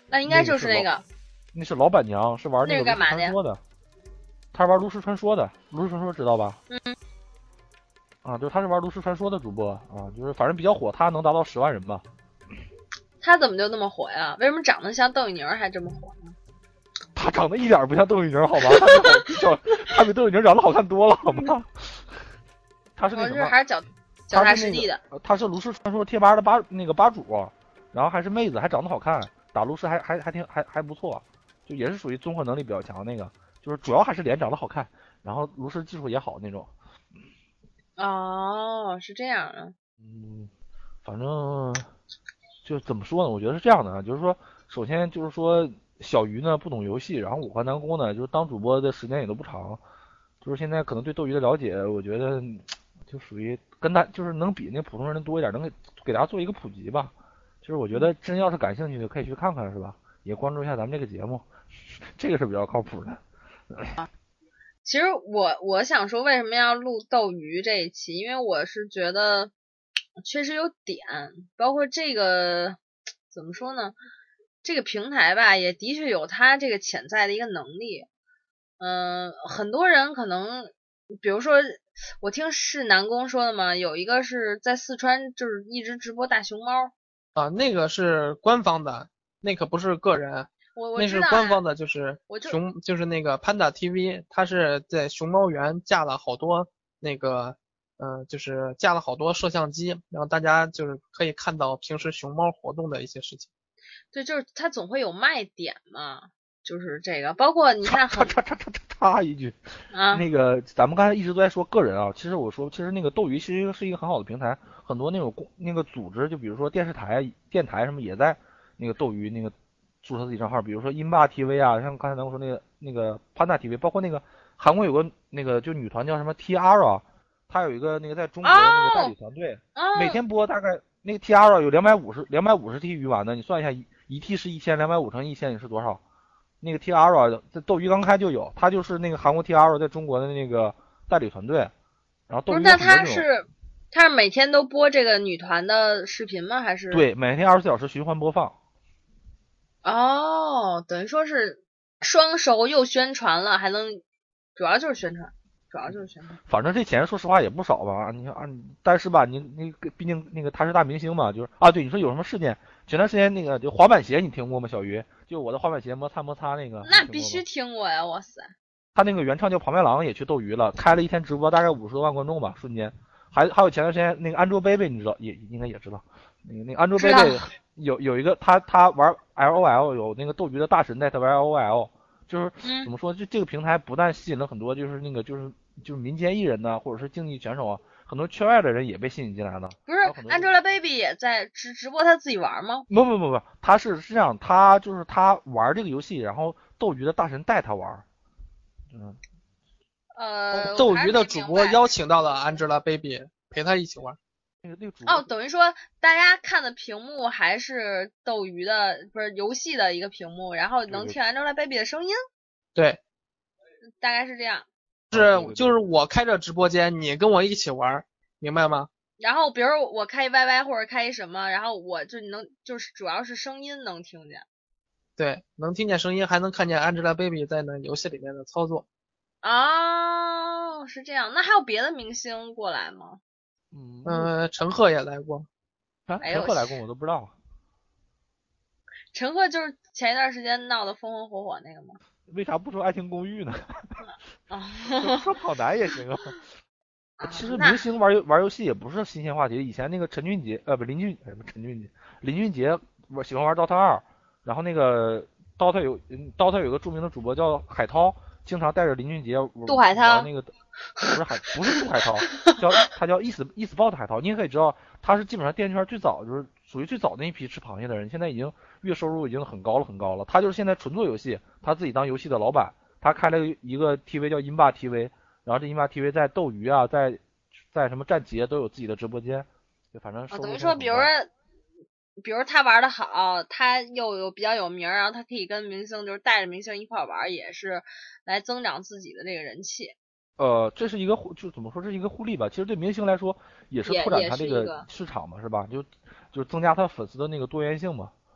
那应该就是那个。 那是老板娘，是玩那个炉石那是干嘛的呀传说的。他是玩炉石传说的，炉石传说知道吧？ 嗯。 啊，就是他是玩炉石传说的主播啊，就是反正比较火，他能达到十万人吧。 他怎么就那么火呀？为什么长得像邓宇宁还这么火呢？ 他长得一点不像邓宇宁，好吧？他比小，他比邓宇宁长得好看多了，好吗？他是那我什么？ 这还是脚脚踏实地的。 呃他是炉石传说贴吧的吧那个吧主，然后还是妹子，还长得好看，打炉石还还还挺还还不错，就也是属于综合能力比较强那个，就是主要还是脸长得好看，然后炉石技术也好那种。 哦，是这样啊。 嗯，反正就怎么说呢？我觉得是这样的啊，就是说，首先就是说，小鱼呢不懂游戏，然后我和南宫呢就是当主播的时间也都不长，就是现在可能对斗鱼的了解，我觉得就属于跟他就是能比那普通人多一点，能给给大家做一个普及吧。就是我觉得真要是感兴趣的，可以去看看，是吧？也关注一下咱们这个节目，这个是比较靠谱的。 其实我我想说，为什么要录斗鱼这一期？因为我是觉得确实有点，包括这个怎么说呢？这个平台吧，也的确有它这个潜在的一个能力。嗯、呃，很多人可能，比如说，我听是南宫说的嘛，有一个是在四川，就是一直直播大熊猫。 啊，那个是官方的，那可不是个人。那是我我知道、啊、 官方的，就是我就熊，就是那个 Panda T V，它是在熊猫园架了好多那个，嗯、呃，就是架了好多摄像机，然后大家就是可以看到平时熊猫活动的一些事情。 对，就是它总会有卖点嘛，就是这个，包括你看插插插插插插一句啊， 那个咱们刚才一直都在说个人啊，其实我说，其实那个斗鱼其实是一个很好的平台，很多那种公那个组织，就比如说电视台、电台什么也在那个斗鱼那个注册自己账号，比如说音霸 T V 啊，像刚才咱们说那个那个潘大 T V，包括那个韩国有个那个就女团叫什么 T-ara， 她有一个那个在中国的那个代理团队， 哦、 每天播大概那个 T-ara 有两百五十两百五十 T 鱼丸的，你算一下一一 T 是一千，两百五乘一千是多少？那个 T-ara 在斗鱼刚开就有，他就是那个韩国 T-ara 在中国的那个代理团队，然后斗鱼那他是他是每天都播这个女团的视频吗？还是对，每天二十四小时循环播放。 哦，等于说是双手又宣传了，还能主要就是宣传，主要就是宣传。 反正这钱说实话也不少吧，你看啊，但是吧，你你毕竟那个他是大明星嘛，就是啊，对，你说有什么事件？前段时间那个就滑板鞋你听过吗？小鱼，就我的滑板鞋摩擦摩擦那个。 那必须听过呀，哇塞！ 他那个原唱叫庞麦郎也去斗鱼了，开了一天直播，大概五十多万观众吧，瞬间。还还有前段时间那个 Angelababy 你知道，也应该也知道，那个那个 Angelababy 有有一个他他玩 L O L 有那个斗鱼的大神带他玩 L O L， 就是怎么说，这这个平台不但吸引了很多就是那个就是就是民间艺人呐，或者是竞技选手啊，很多圈外的人也被吸引进来了。 不是 Angelababy 也在直直播他自己玩吗？ 不不不不，他是是这样，他就是他玩这个游戏，然后斗鱼的大神带他玩。嗯。 呃， 斗鱼的主播邀请到了 Angelababy 陪他一起玩。 那个那个主哦，等于说大家看的屏幕还是斗鱼的，不是游戏的一个屏幕，然后能听 Angelababy 的声音。 对， 大概是这样。 是就是我开着直播间，你跟我一起玩，明白吗？ 然后比如我开 Y Y 或者开什么，然后我就能就是主要是声音能听见。 对，能听见声音，还能看见 Angelababy 在那游戏里面的操作。 哦，是这样。那还有别的明星过来吗？ 嗯， 呃，陈赫也来过。 啊，陈赫来过我都不知道。 陈赫就是前一段时间闹得风风火火那个吗？ 为啥不说《爱情公寓》呢？ 啊， 说跑男也行啊。其实明星玩游玩游戏也不是新鲜话题，以前那个陈俊杰，呃，不林俊什么陈俊杰，林俊杰我喜欢玩 DOTA 二，然后那个 DOTA 有 DOTA 有个著名的主播叫海涛。经常带着林俊杰杜海涛那个不是海不是杜海涛，叫他叫 e e sport 海涛。你也可以知道，他是基本上电圈最早就是属于最早那一批吃螃蟹的人，现在已经月收入已经很高了很高了。他就是现在纯做游戏，他自己当游戏的老板，他开了一个 T V 叫音霸 T V， 然后这音霸 T V 在斗鱼啊，在在什么战旗都有自己的直播间，就反正收入、 哦、等于说，比如说。比如他玩的好，他又有比较有名，然后他可以跟明星就是带着明星一块玩，也是来增长自己的这个人气。 呃，这是一个就怎么说，这是一个互利吧。其实对明星来说也是拓展他这个市场嘛，是吧？就就增加他粉丝的那个多元性嘛。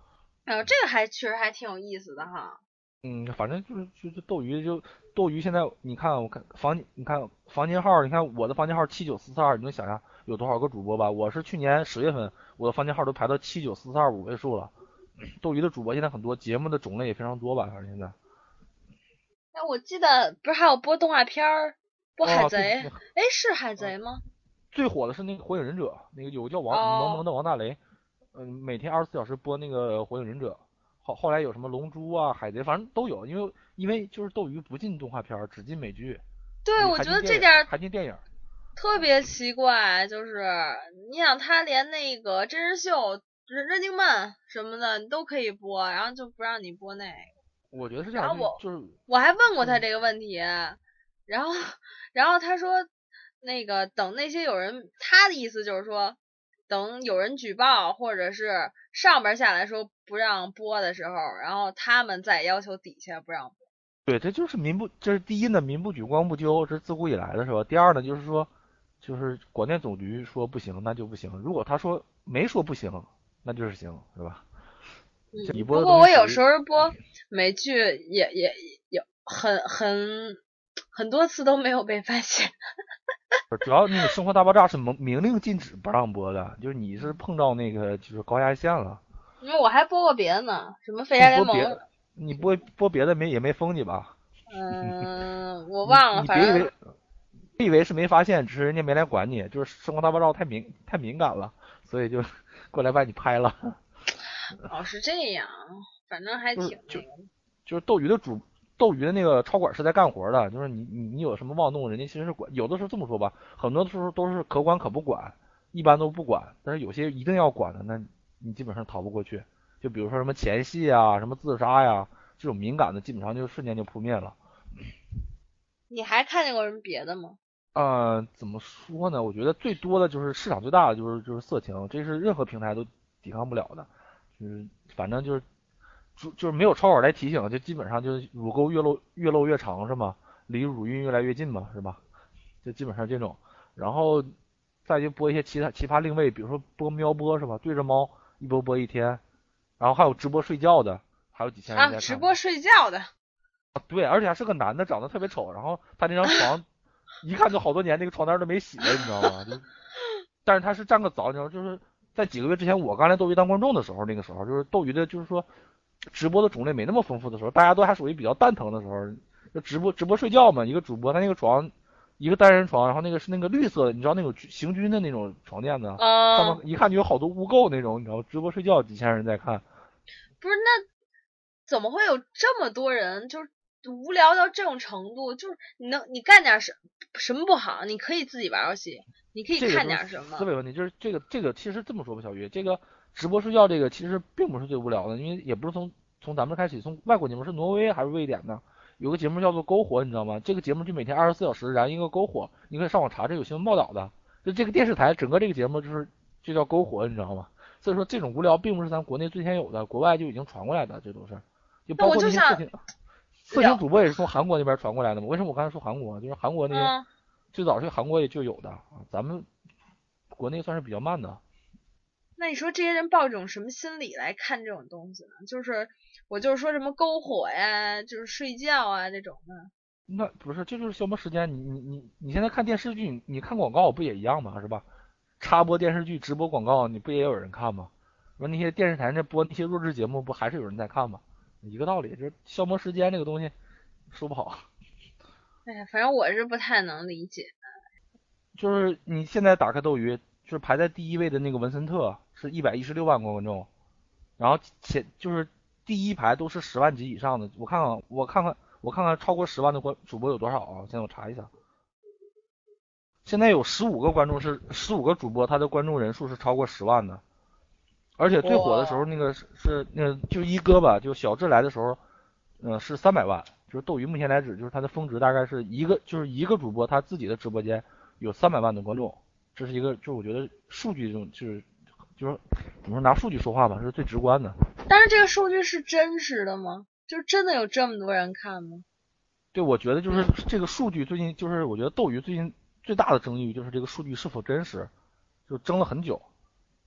啊，这个还确实还挺有意思的哈。 嗯，反正就是就是斗鱼就斗鱼现在你看我看房你看房间号，你看我的房间号七九四四二，你能想象有多少个主播吧？我是去年十月份我的房间号都排到七九四四二五位数了。斗鱼的主播现在很多，节目的种类也非常多吧？反正现在。 哎，我记得不是还有播动画片儿，播海哦， 贼？ 对， 哎，是海贼吗？ 最火的是那个火影忍者，那个有个叫王萌萌哦， 的王大雷，嗯、每天二十四小时播那个火影忍者。后后来有什么龙珠啊、海贼，反正都有，因为因为就是斗鱼不进动画片儿，只进美剧， 对，我觉还进电影， 得这点儿还进电影。 特别奇怪，就是你想他连那个真人秀、任任经漫什么的你都可以播，然后就不让你播那个。 我觉得是这样， 然后我就是就是我还问过他嗯这个问题，然后然后他说那个等那些有人，他的意思就是说，等有人举报或者是上边下来说不让播的时候，然后他们再要求底下不让播。 对，这就是民不，这是第一呢，民不举，官不究，这是自古以来的是吧？第二呢，就是说，就是广电总局说不行，那就不行。如果他说没说不行，那就是行，是吧？就你嗯， 播不过我有的东西属于时候播美剧也也有很很很多次都没有被发现。 主要那个《生活大爆炸》是明明令禁止不让播的，就是你是碰到那个就是高压线了。 因为我还播过别的呢，什么《废你柴联盟》。 播别的，你播播别的没也没封你吧？ 嗯，我你忘了， 你反正别以为别以为是没发现，只是人家没来管你，就是《生活大爆炸》太敏太敏感了，所以就过来把你拍了。 哦是这样，反正还就是挺那个的。 就是斗鱼的主斗鱼的那个超管是在干活的，就是你你你有什么妄动，人家其实是管，有的时候这么说吧，很多时候都是可管可不管，一般都不管，但是有些一定要管的，那你基本上逃不过去。就比如说什么前戏啊，什么自杀呀，这种敏感的，基本上就瞬间就扑灭了。 你还看见过什么别的吗？ 呃，怎么说呢？我觉得最多的就是市场最大的就是就是色情，这是任何平台都抵抗不了的，就是反正就是就就是没有超管来提醒，就基本上就是乳沟越露越露越长是吗？离乳晕越来越近嘛是吧？就基本上这种，然后再就播一些其他奇葩另类，比如说播喵播是吧？对着猫一播播一天，然后还有直播睡觉的，还有几千人在啊， 看。 直播睡觉的。 对，而且还是个男的，长得特别丑，然后他那张床一看就好多年那个床单都没洗了，你知道吗？就，但是他是站个早，你知道，就是在几个月之前我刚来斗鱼当观众的时候，那个时候就是斗鱼的，就是说直播的种类没那么丰富的时候，大家都还属于比较蛋疼的时候，就直播直播睡觉嘛，一个主播他那个床，一个单人床，然后那个是那个绿色的，你知道那种行军的那种床垫子，上嗯， 面一看就有好多污垢那种，你知道，直播睡觉几千人在看。 不是，那怎么会有这么多人就是无聊到这种程度？就是你能你干点什什么不好？你可以自己玩游戏，你可以看这个就是点什么思。维问题，就是这个这个其实这么说吧，小鱼，这个直播睡觉这个其实并不是最无聊的，因为也不是从从咱们开始，从外国节目是挪威还是瑞典的，有个节目叫做篝火，你知道吗？这个节目就每天二十四小时燃一个篝火，你可以上网查，这有新闻报道的。就这个电视台整个这个节目就是就叫篝火，你知道吗？所以说这种无聊并不是咱国内最先有的，国外就已经传过来的，这都是，就包括那些色情色情主播也是从韩国那边传过来的嘛。为什么我刚才说韩国？就是韩国那些。 嗯， 最早是韩国也就有的，咱们国内算是比较慢的。 那你说这些人抱这种什么心理来看这种东西呢？就是我就是说什么篝火呀，就是睡觉啊这种的。 那不是，这就是消磨时间。你你你你现在看电视剧，你看广告不也一样吗？是吧？插播电视剧、直播广告，你不也有人看吗？说那些电视台那播那些弱智节目，不还是有人在看吗？一个道理，就是消磨时间这个东西，说不好。 哎呀，反正我是不太能理解。 就是你现在打开斗鱼，就是排在第一位的那个文森特是一百一十六万观众，然后前就是第一排都是十万级以上的。我看看，我看看，我看看超过十万的观主播有多少啊？现在我查一下，现在有十五个观众是十五个主播，他的观众人数是超过十万的。而且最火的时候，那个是是那个就一哥吧，就小智来的时候，嗯、呃、是三百万。就是斗鱼目前来指，就是它的峰值大概是一个就是一个主播他自己的直播间有三百万的观众，这是一个就是我觉得数据这种就是就是怎么说拿数据说话吧，是最直观的。 但是这个数据是真实的吗？就是真的有这么多人看吗？ 对，我觉得就是这个数据最近就是我觉得斗鱼最近最大的争议就是这个数据是否真实，就争了很久。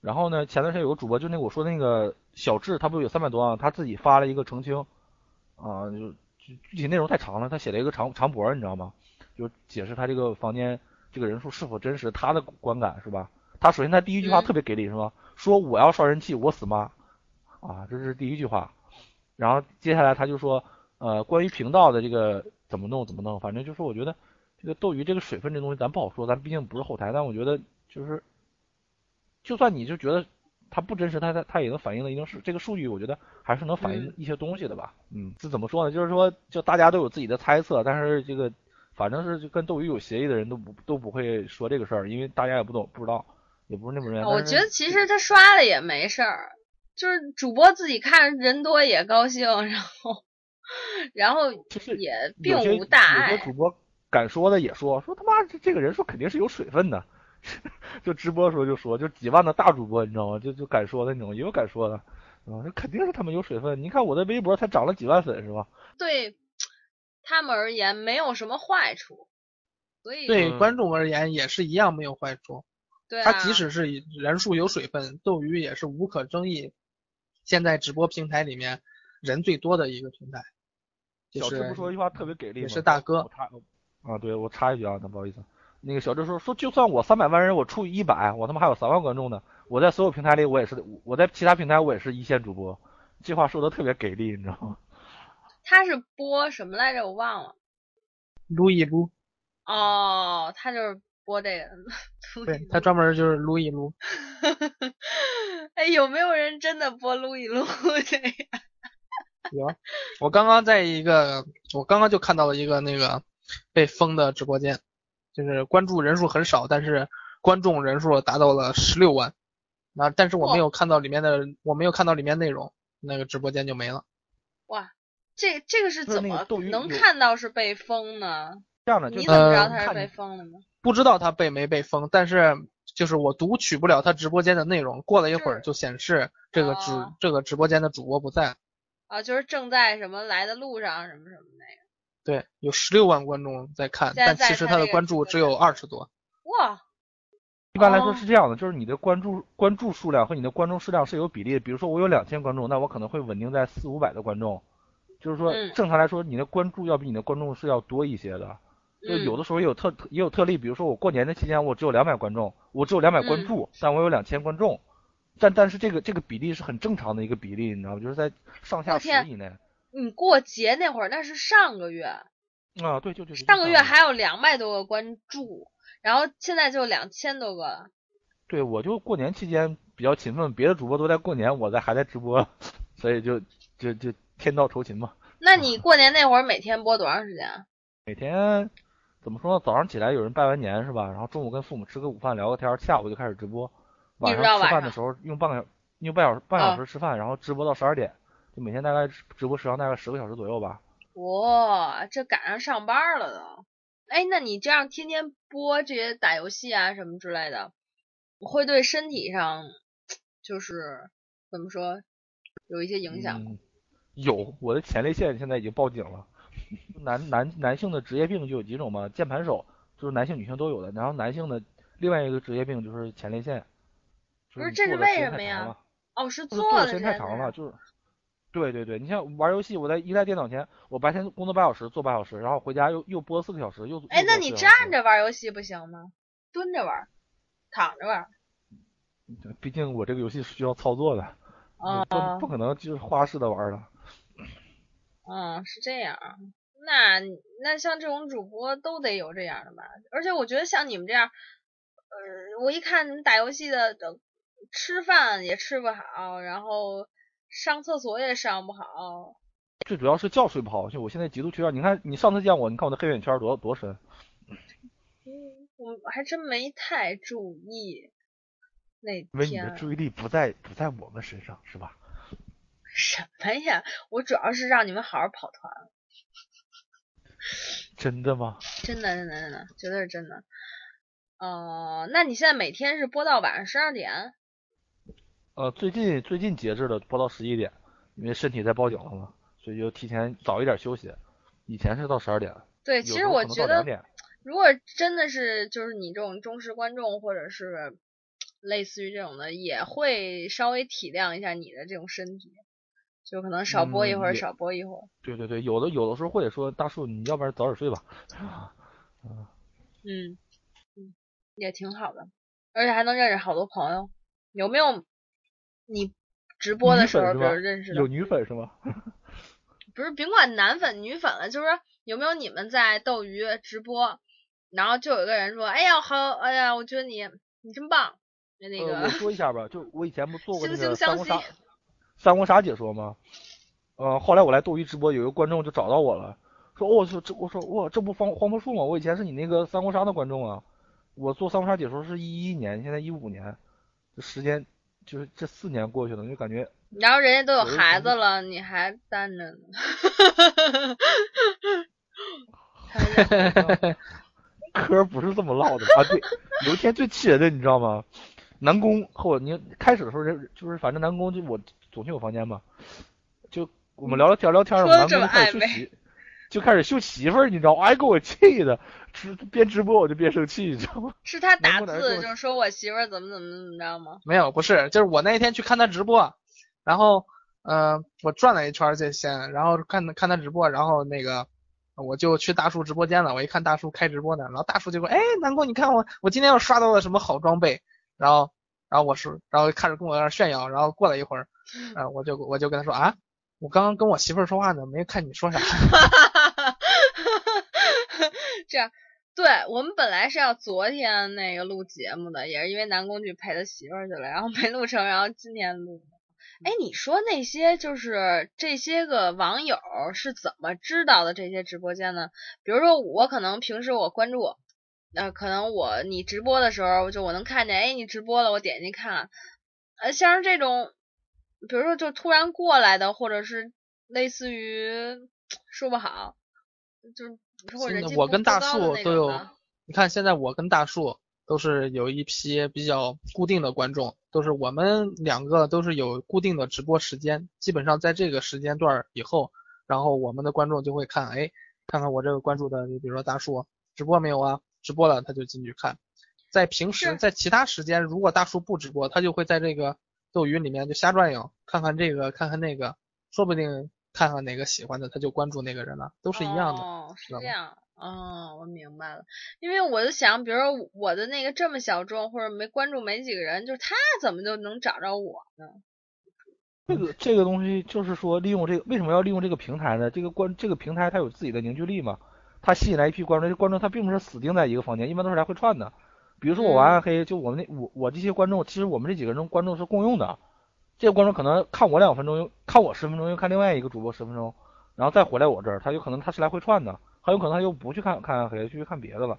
然后呢，前段时间有个主播，就那个我说的那个小智，他不是有三百多万，他自己发了一个澄清，啊，就具具体内容太长了，他写了一个长长博，你知道吗？就解释他这个房间这个人数是否真实，他的观感是吧？他首先他第一句话特别给力是吧？说我要刷人气，我死妈，啊，这是第一句话。然后接下来他就说，呃，关于频道的这个怎么弄怎么弄，反正就是我觉得这个斗鱼这个水分这东西咱不好说，咱毕竟不是后台，但我觉得就是，就算你就觉得它不真实，它它它也能反映的一定是这个数据，我觉得还是能反映一些东西的吧。嗯，这怎么说呢？就是说，就大家都有自己的猜测，但是这个反正是就跟斗鱼有协议的人都不都不会说这个事儿，因为大家也不懂不知道，也不是那么认。 我觉得其实他刷了也没事儿，就是主播自己看人多也高兴，然后然后也并无大碍。 有些主播敢说的也说说他妈这这个人数肯定是有水分的。就直播的时候就说，就几万的大主播，你知道吗？就就敢说的那种，也有敢说的，啊，这肯定是他们有水分。你看我的微博才涨了几万粉，是吧？ 对他们而言没有什么坏处，所以对观众而言也是一样没有坏处。 对、啊， 他即使是人数有水分，斗鱼也是无可争议，现在直播平台里面人最多的一个平台。 小智不说一句话特别给力吗？ 也是大哥。 我插啊，对我插一句啊，那不好意思。那个小智说说，就算我三百万人，我除以一百，我他妈还有三万观众呢。我在所有平台里，我也是，我在其他平台我也是一线主播。这话说的特别给力，你知道吗？ 他是播什么来着？我忘了。 撸一撸。 哦，他就是播这个。 对，他专门就是撸一撸。 哎，有没有人真的播撸一撸这个？ 有，我刚刚在一个，我刚刚就看到了一个那个被封的直播间。就是关注人数很少，但是观众人数达到了十六万，那但是我没有看到里面的，我没有看到里面内容，那个直播间就没了。 哇，这这个是怎么能看看到是被封呢？ 这样的， 你怎么知道他是被封了呢？ 呃、不知道他被没被封，但是就是我读取不了他直播间的内容，过了一会儿就显示这个主、哦、这个直播间的主播不在。 啊，就是正在什么来的路上什么什么那个。 对，有十六万观众在看，但其实他的关注只有二十多。 哇！ 一般来说是这样的，就是你的关注关注数量和你的观众数量是有比例的。比如说我有两千观众，那我可能会稳定在四五百的观众。就是说正常来说，你的关注要比你的观众是要多一些的。就有的时候也有特也有特例，比如说我过年的期间我只有两百观众，我只有两百关注，但我有两千观众。但但是这个这个比例是很正常的一个比例，你知道吗？就是在上下十以内。 你过节那会儿那是上个月啊，对，就就上个月还有两百多个关注，然后现在就两千多个了。 对，我就过年期间比较勤奋，别的主播都在过年，我在还在直播，所以就就就天道酬勤嘛。 那你过年那会儿每天播多长时间啊？ 每天怎么说呢？早上起来有人拜完年是吧？然后中午跟父母吃个午饭聊个天，下午就开始直播。晚上吃饭的时候用半个用半小时半小时吃饭，哦、然后直播到十二点。就每天大概直播时长大概十个小时左右吧。 哇，这赶上上班了都。哎，那你这样天天播这些打游戏啊什么之类的，会对身体上就是怎么说有一些影响吗？ 嗯、有，我的前列腺现在已经报警了。男男男性的职业病就有几种嘛，键盘手就是男性女性都有的，然后男性的另外一个职业病就是前列腺。 不是，这是为什么呀？哦，是做的时间太长了，就是。对对对，你像玩游戏，我在一台电脑前，我白天工作八小时，做八小时，然后回家又又播四个小时，又哎，那你站着玩游戏不行吗？蹲着玩，躺着玩。 毕竟我这个游戏是需要操作的， 啊、 不不可能就是花式的玩的。 嗯，是这样。那那像这种主播都得有这样的吧？而且我觉得像你们这样，呃，我一看你们打游戏的，吃饭也吃不好，然后。上厕所也上不好， 最主要是觉睡不好。就我现在极度缺氧，你看你上次见我，你看我的黑眼圈多多深。 嗯，我还真没太注意那天。 因为你的注意力不在不在我们身上，是吧？ 什么呀？我主要是让你们好好跑团。 真的吗？ 真的真的真的，绝对是真的。呃，那你现在每天是播到晚上十二点？ 呃，最近最近节制的播到十一点，因为身体在报警了嘛，所以就提前早一点休息。以前是到十二点。 对，其实我觉得，如果真的是就是你这种忠实观众，或者是类似于这种的，也会稍微体谅一下你的这种身体，就可能少播一会儿， 嗯、 少播一会儿。 对对对，有的有的时候会说大树，你要不然早点睡吧。 嗯嗯嗯，也挺好的，而且还能认识好多朋友。有没有你直播的时候比如认识的？ 有女粉是吗？ 不是，甭管男粉女粉了，就是有没有你们在斗鱼直播，然后就有个人说，哎呀好，哎呀，我觉得你你真棒。那个、 呃，我说一下吧，就我以前不做过那个惺惺相惜三国杀三国杀解说吗？呃，后来我来斗鱼直播，有一个观众就找到我了，说哦，这这我说哇，这不荒荒漠树吗？我以前是你那个三国杀的观众啊，我做三国杀解说是一一年，现在一五年，这时间就是这四年过去了，就感觉。 然后人家都有孩子了，你还单着呢。 嗑不是这么唠的啊！对，有一天最气人的你知道吗？南宫和我，你开始的时候就是反正南宫就我总去我房间嘛，就我们聊聊天聊天，南宫就开始秀媳，就开始秀媳妇儿，你知道，哎给我气的，直边直播我就边生气，你知道吗？ 是他打字就是说我媳妇儿怎么怎么怎么着吗？ 没有，不是，就是我那一天去看他直播。然后，呃，我转了一圈这先，然后看看他直播，然后那个我就去大树直播间了。我一看大树开直播呢，然后大树就说：“哎，南宫，你看我，我今天又刷到了什么好装备。”然后，然后我是，然后开始跟我在那炫耀。然后过了一会儿，呃，我就我就跟他说：“啊，我刚刚跟我媳妇儿说话呢，没看你说啥。” 这样，对我们本来是要昨天那个录节目的，也是因为南宫去陪他媳妇儿去了，然后没录成，然后今天录。哎，你说那些就是这些个网友是怎么知道的这些直播间呢？比如说我可能平时我关注，呃，可能我你直播的时候就我能看见，哎，你直播了，我点进去看，呃，像是这种，比如说就突然过来的，或者是类似于说不好，就是或者人气我跟大树都有，你看现在我跟大树都是有一批比较固定的观众，都是我们两个都是有固定的直播时间，基本上在这个时间段以后，然后我们的观众就会看，哎，看看我这个关注的，比如说大树直播没有啊？直播了他就进去看。在平时在其他时间，如果大树不直播，他就会在这个斗鱼里面就瞎转悠，看看这个看看那个，说不定看看哪个喜欢的他就关注那个人了，都是一样的。 哦，是这样。哦，我明白了，因为我就想，比如说我的那个这么小众，或者没关注没几个人，就是他怎么就能找着我呢？ 这个这个东西就是说，利用这个为什么要利用这个平台呢？这个关这个平台它有自己的凝聚力嘛，它吸引来一批观众，这观众他并不是死盯在一个房间，一般都是来回串的。比如说我玩暗黑，就我们那我我这些观众，其实我们这几个人观众是共用的，这个观众可能看我两分钟，看我十分钟，又看另外一个主播十分钟，然后再回来我这儿，他有可能他是来回串的。很有可能他又不去看看暗黑，去看别的了。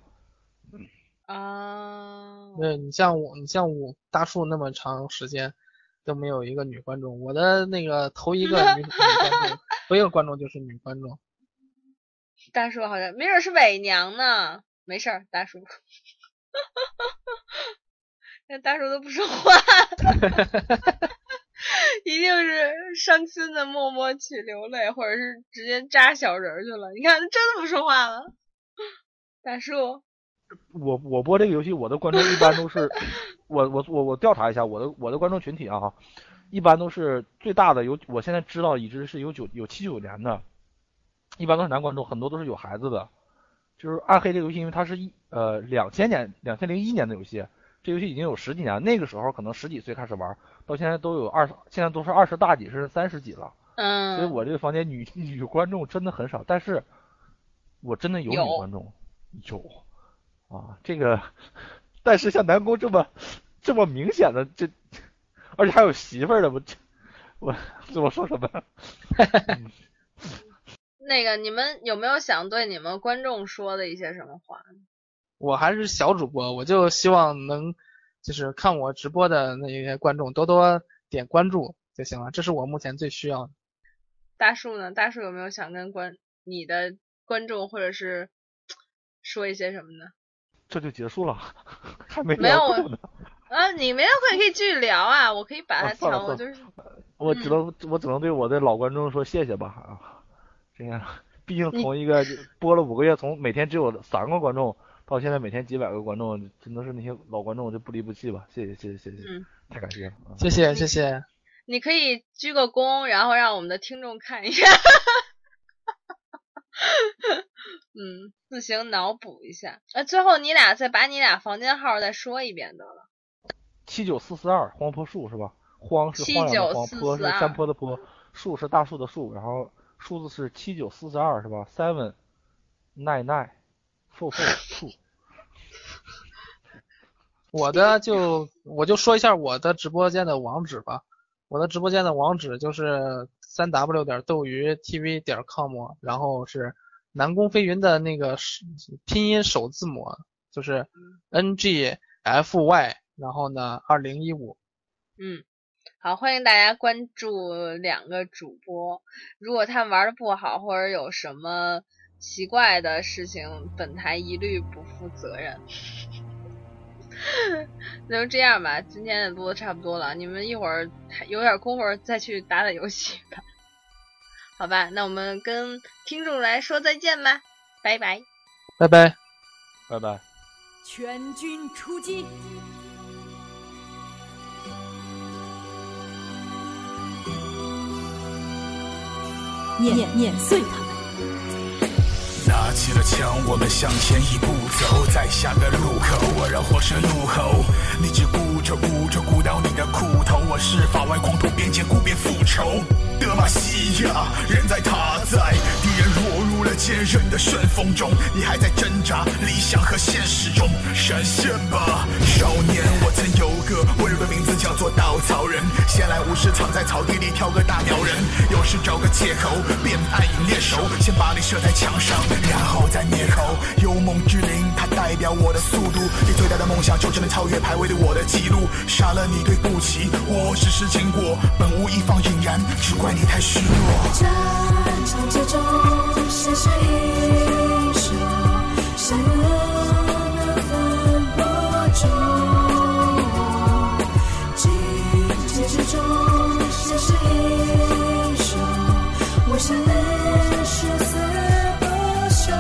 啊， 对，你像我，你像我大树那么长时间都没有一个女观众，我的那个头一个女女观众，头一个观众就是女观众。 大树好像没准是伪娘呢，没事儿，大树。那大树都不说话。一定是伤心的默默去流泪，或者是直接扎小人去了。你看，真的不说话了。大树， 我我播这个游戏，我的观众一般都是，我我我我调查一下我的我的观众群体啊，一般都是最大的有，我现在知道已知是有九有七九年的，一般都是男观众，很多都是有孩子的。就是暗黑这个游戏，因为它是一呃两千年两千零一年的游戏。这游戏已经有十几年，那个时候可能十几岁开始玩，到现在都有二，现在都是二十大几，甚至三十几了。 嗯， 所以我这个房间女女观众真的很少，但是我真的有女观众，有, 有啊，这个，但是像南宫这么这么明显的这，而且还有媳妇儿的，我我我说什么？ 嗯、那个你们有没有想对你们观众说的一些什么话？ 我还是小主播，我就希望能就是看我直播的那些观众多多点关注就行了，这是我目前最需要的。 大树呢？大树有没有想跟观你的观众或者是说一些什么呢？ 这就结束了，还没没有聊呢。 啊，你没聊可以可以继续聊啊，我可以把它调， 啊、 我就是我只能、嗯、我只能对我的老观众说谢谢吧啊，这样毕竟从一个播了五个月，从每天只有三个观众。 到现在每天几百个观众，真的是那些老观众就不离不弃吧，谢谢谢谢谢谢， 嗯， 太感谢了，啊、 谢谢谢谢。 你可以鞠个躬，然后让我们的听众看一下。嗯，自行脑补一下。呃，最后你俩再把你俩房间号再说一遍得了。 七九四四二荒坡树是吧？荒是荒凉的荒，坡是山坡的坡，树是大树的树，然后数字是七九四四二是吧 ？Seven nine nine four four two。 我的就我就说一下我的直播间的网址吧。我的直播间的网址就是三 w 点斗鱼 tv 点 com， 然后是南宫飞云的那个拼音首字母就是 N G F Y， 然后呢二零一五。 嗯，好，欢迎大家关注两个主播，如果他们玩的不好或者有什么奇怪的事情，本台一律不负责任。那就这样吧，今天也录的差不多了，你们一会儿有点功夫再去打打游戏吧。好吧，那我们跟听众来说再见吧，拜拜， 拜拜， 拜拜。 全军出击！碾碾碎他们！ 拿起了枪，我们向前一步走，在下个路口，我让火车怒吼。你只顾着顾着顾到你的裤头，我是法外狂徒，边界顾边复仇。德玛西亚，人在他在，敌人落入了坚韧的旋风中，你还在挣扎理想和现实中，闪现吧，少年！我曾有个温柔的名字叫做稻草人，闲来无事藏在草地里挑个大鸟人，有时找个借口变暗影猎手，先把你射在墙上，然后再灭口。幽梦之灵，它代表我的速度，你最大的梦想就只能超越排位对我的记录，杀了你对不起，我只是经过，本无一方引燃，只怪你太虚弱。 战场之中，谁是英雄？谁能分伯仲？荆棘之中，谁是英雄？我想泪是死不休。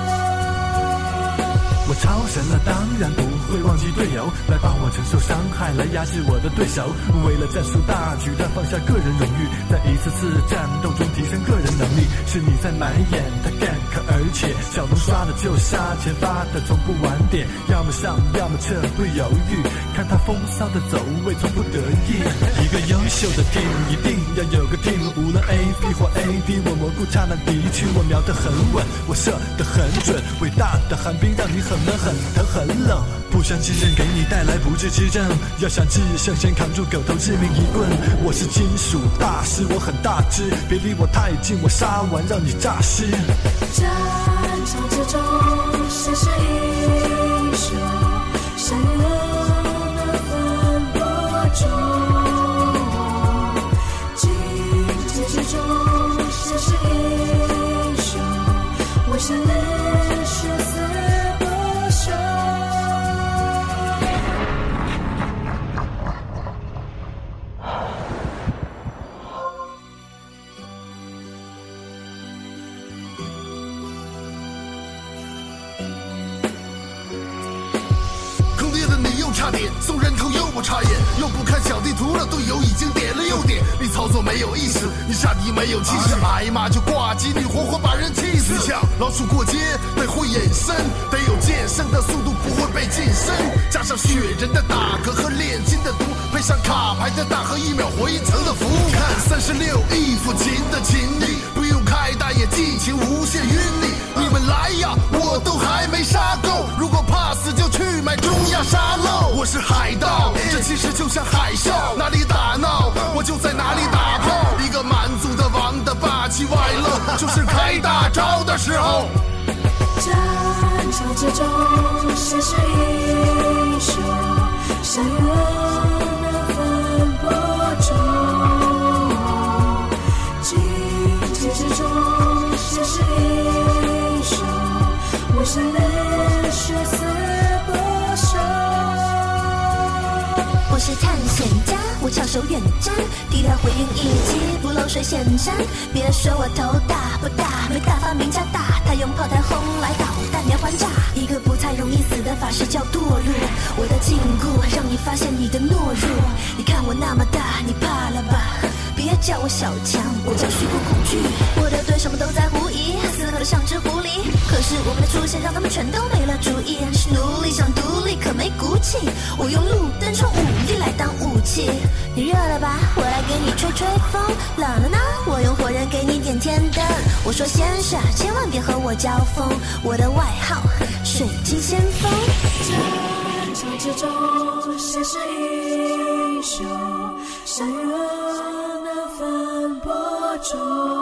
我超神了，当然不会忘记队友，来帮我承受伤害，来压制我的对手。为了战术大局的放下个人荣誉，在一次次战斗中提升个人能力。是你在埋眼他 gank， 而且小龙刷的就杀，前发的从不晚点，要么上要么撤，不犹豫。看他风骚的走位，从不得意。一个优秀的 team 一定要有个 team， 无论 A B 或 A D， 我蘑菇插那敌区，我瞄得很稳，我射得很准。伟大的寒冰让你很冷很疼很冷，不相信任给你带来不治之症，要想制胜先扛住狗头致命一棍。我是金属大师，我很大只，别离我太近，我杀完让你诈尸。 战场之中，谁是英雄？谁能分伯仲？荆棘之中，谁是英雄？我想泪是死不休。 差点送人头又不插眼，又不看小地图了，队友已经点了又点，你操作没有意思，你杀敌没有气势，挨骂就挂机，你活活把人气死。像老鼠过街得会隐身，得有剑圣的速度，不会被近身，加上血人的打嗝和炼金的毒，配上卡牌的大和一秒回城的服务。看三十六亿抚琴的琴力，不用开大也激情无限晕力。你们来呀，我都还没杀够，如果怕死就去买中亚沙漏。我是海盗，这其实就像海啸，哪里打闹我就在哪里打炮。一个蛮族的王的霸气外露，就是开大招的时候。 战场之中，谁是英雄？谁能分伯仲？荆棘之中，谁是英雄？我想泪是死不休。 我是探险家，我翘首远瞻，低调回应一击，不漏水显山。别说我头大不大，没大发明家大，他用炮台轰来导弹。 半连环炸。一个不太容易死的法师叫堕落，我的禁锢让你发现你的懦弱。你看我那么大，你怕了吧？别叫我小强，我叫虚空恐惧。我的对手们都在狐疑，嘶吼的像只狐狸。可是我们的出现让他们全都没了主意。是奴隶想独立，可没骨气。我用路灯冲武力来当武器。你热了吧？我来给你吹吹风。冷了呢？我用火焰给你点天灯。我说先生，千万别和我交锋。我的外号水晶先锋。 战场之中，谁是英雄？善与恶难分伯仲。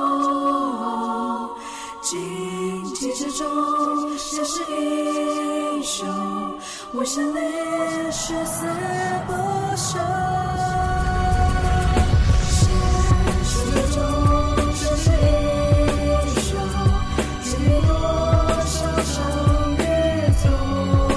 荆棘之中，谁是英雄？我像烈士死不休。现实之中，谁是英雄？经历多少伤与痛。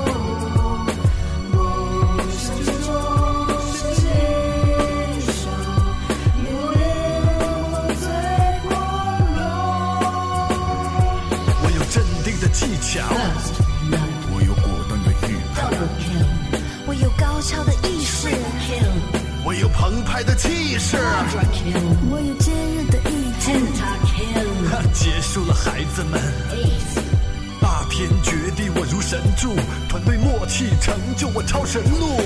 梦想之中，谁是英雄？因为我最光荣。 我有镇定的技巧， 我有果断的预判， 我有高超的意识， 我有澎湃的气势， 我有坚韧的意志。 哈，结束了孩子们。霸天绝地我如神助，团队默契成就我超神路。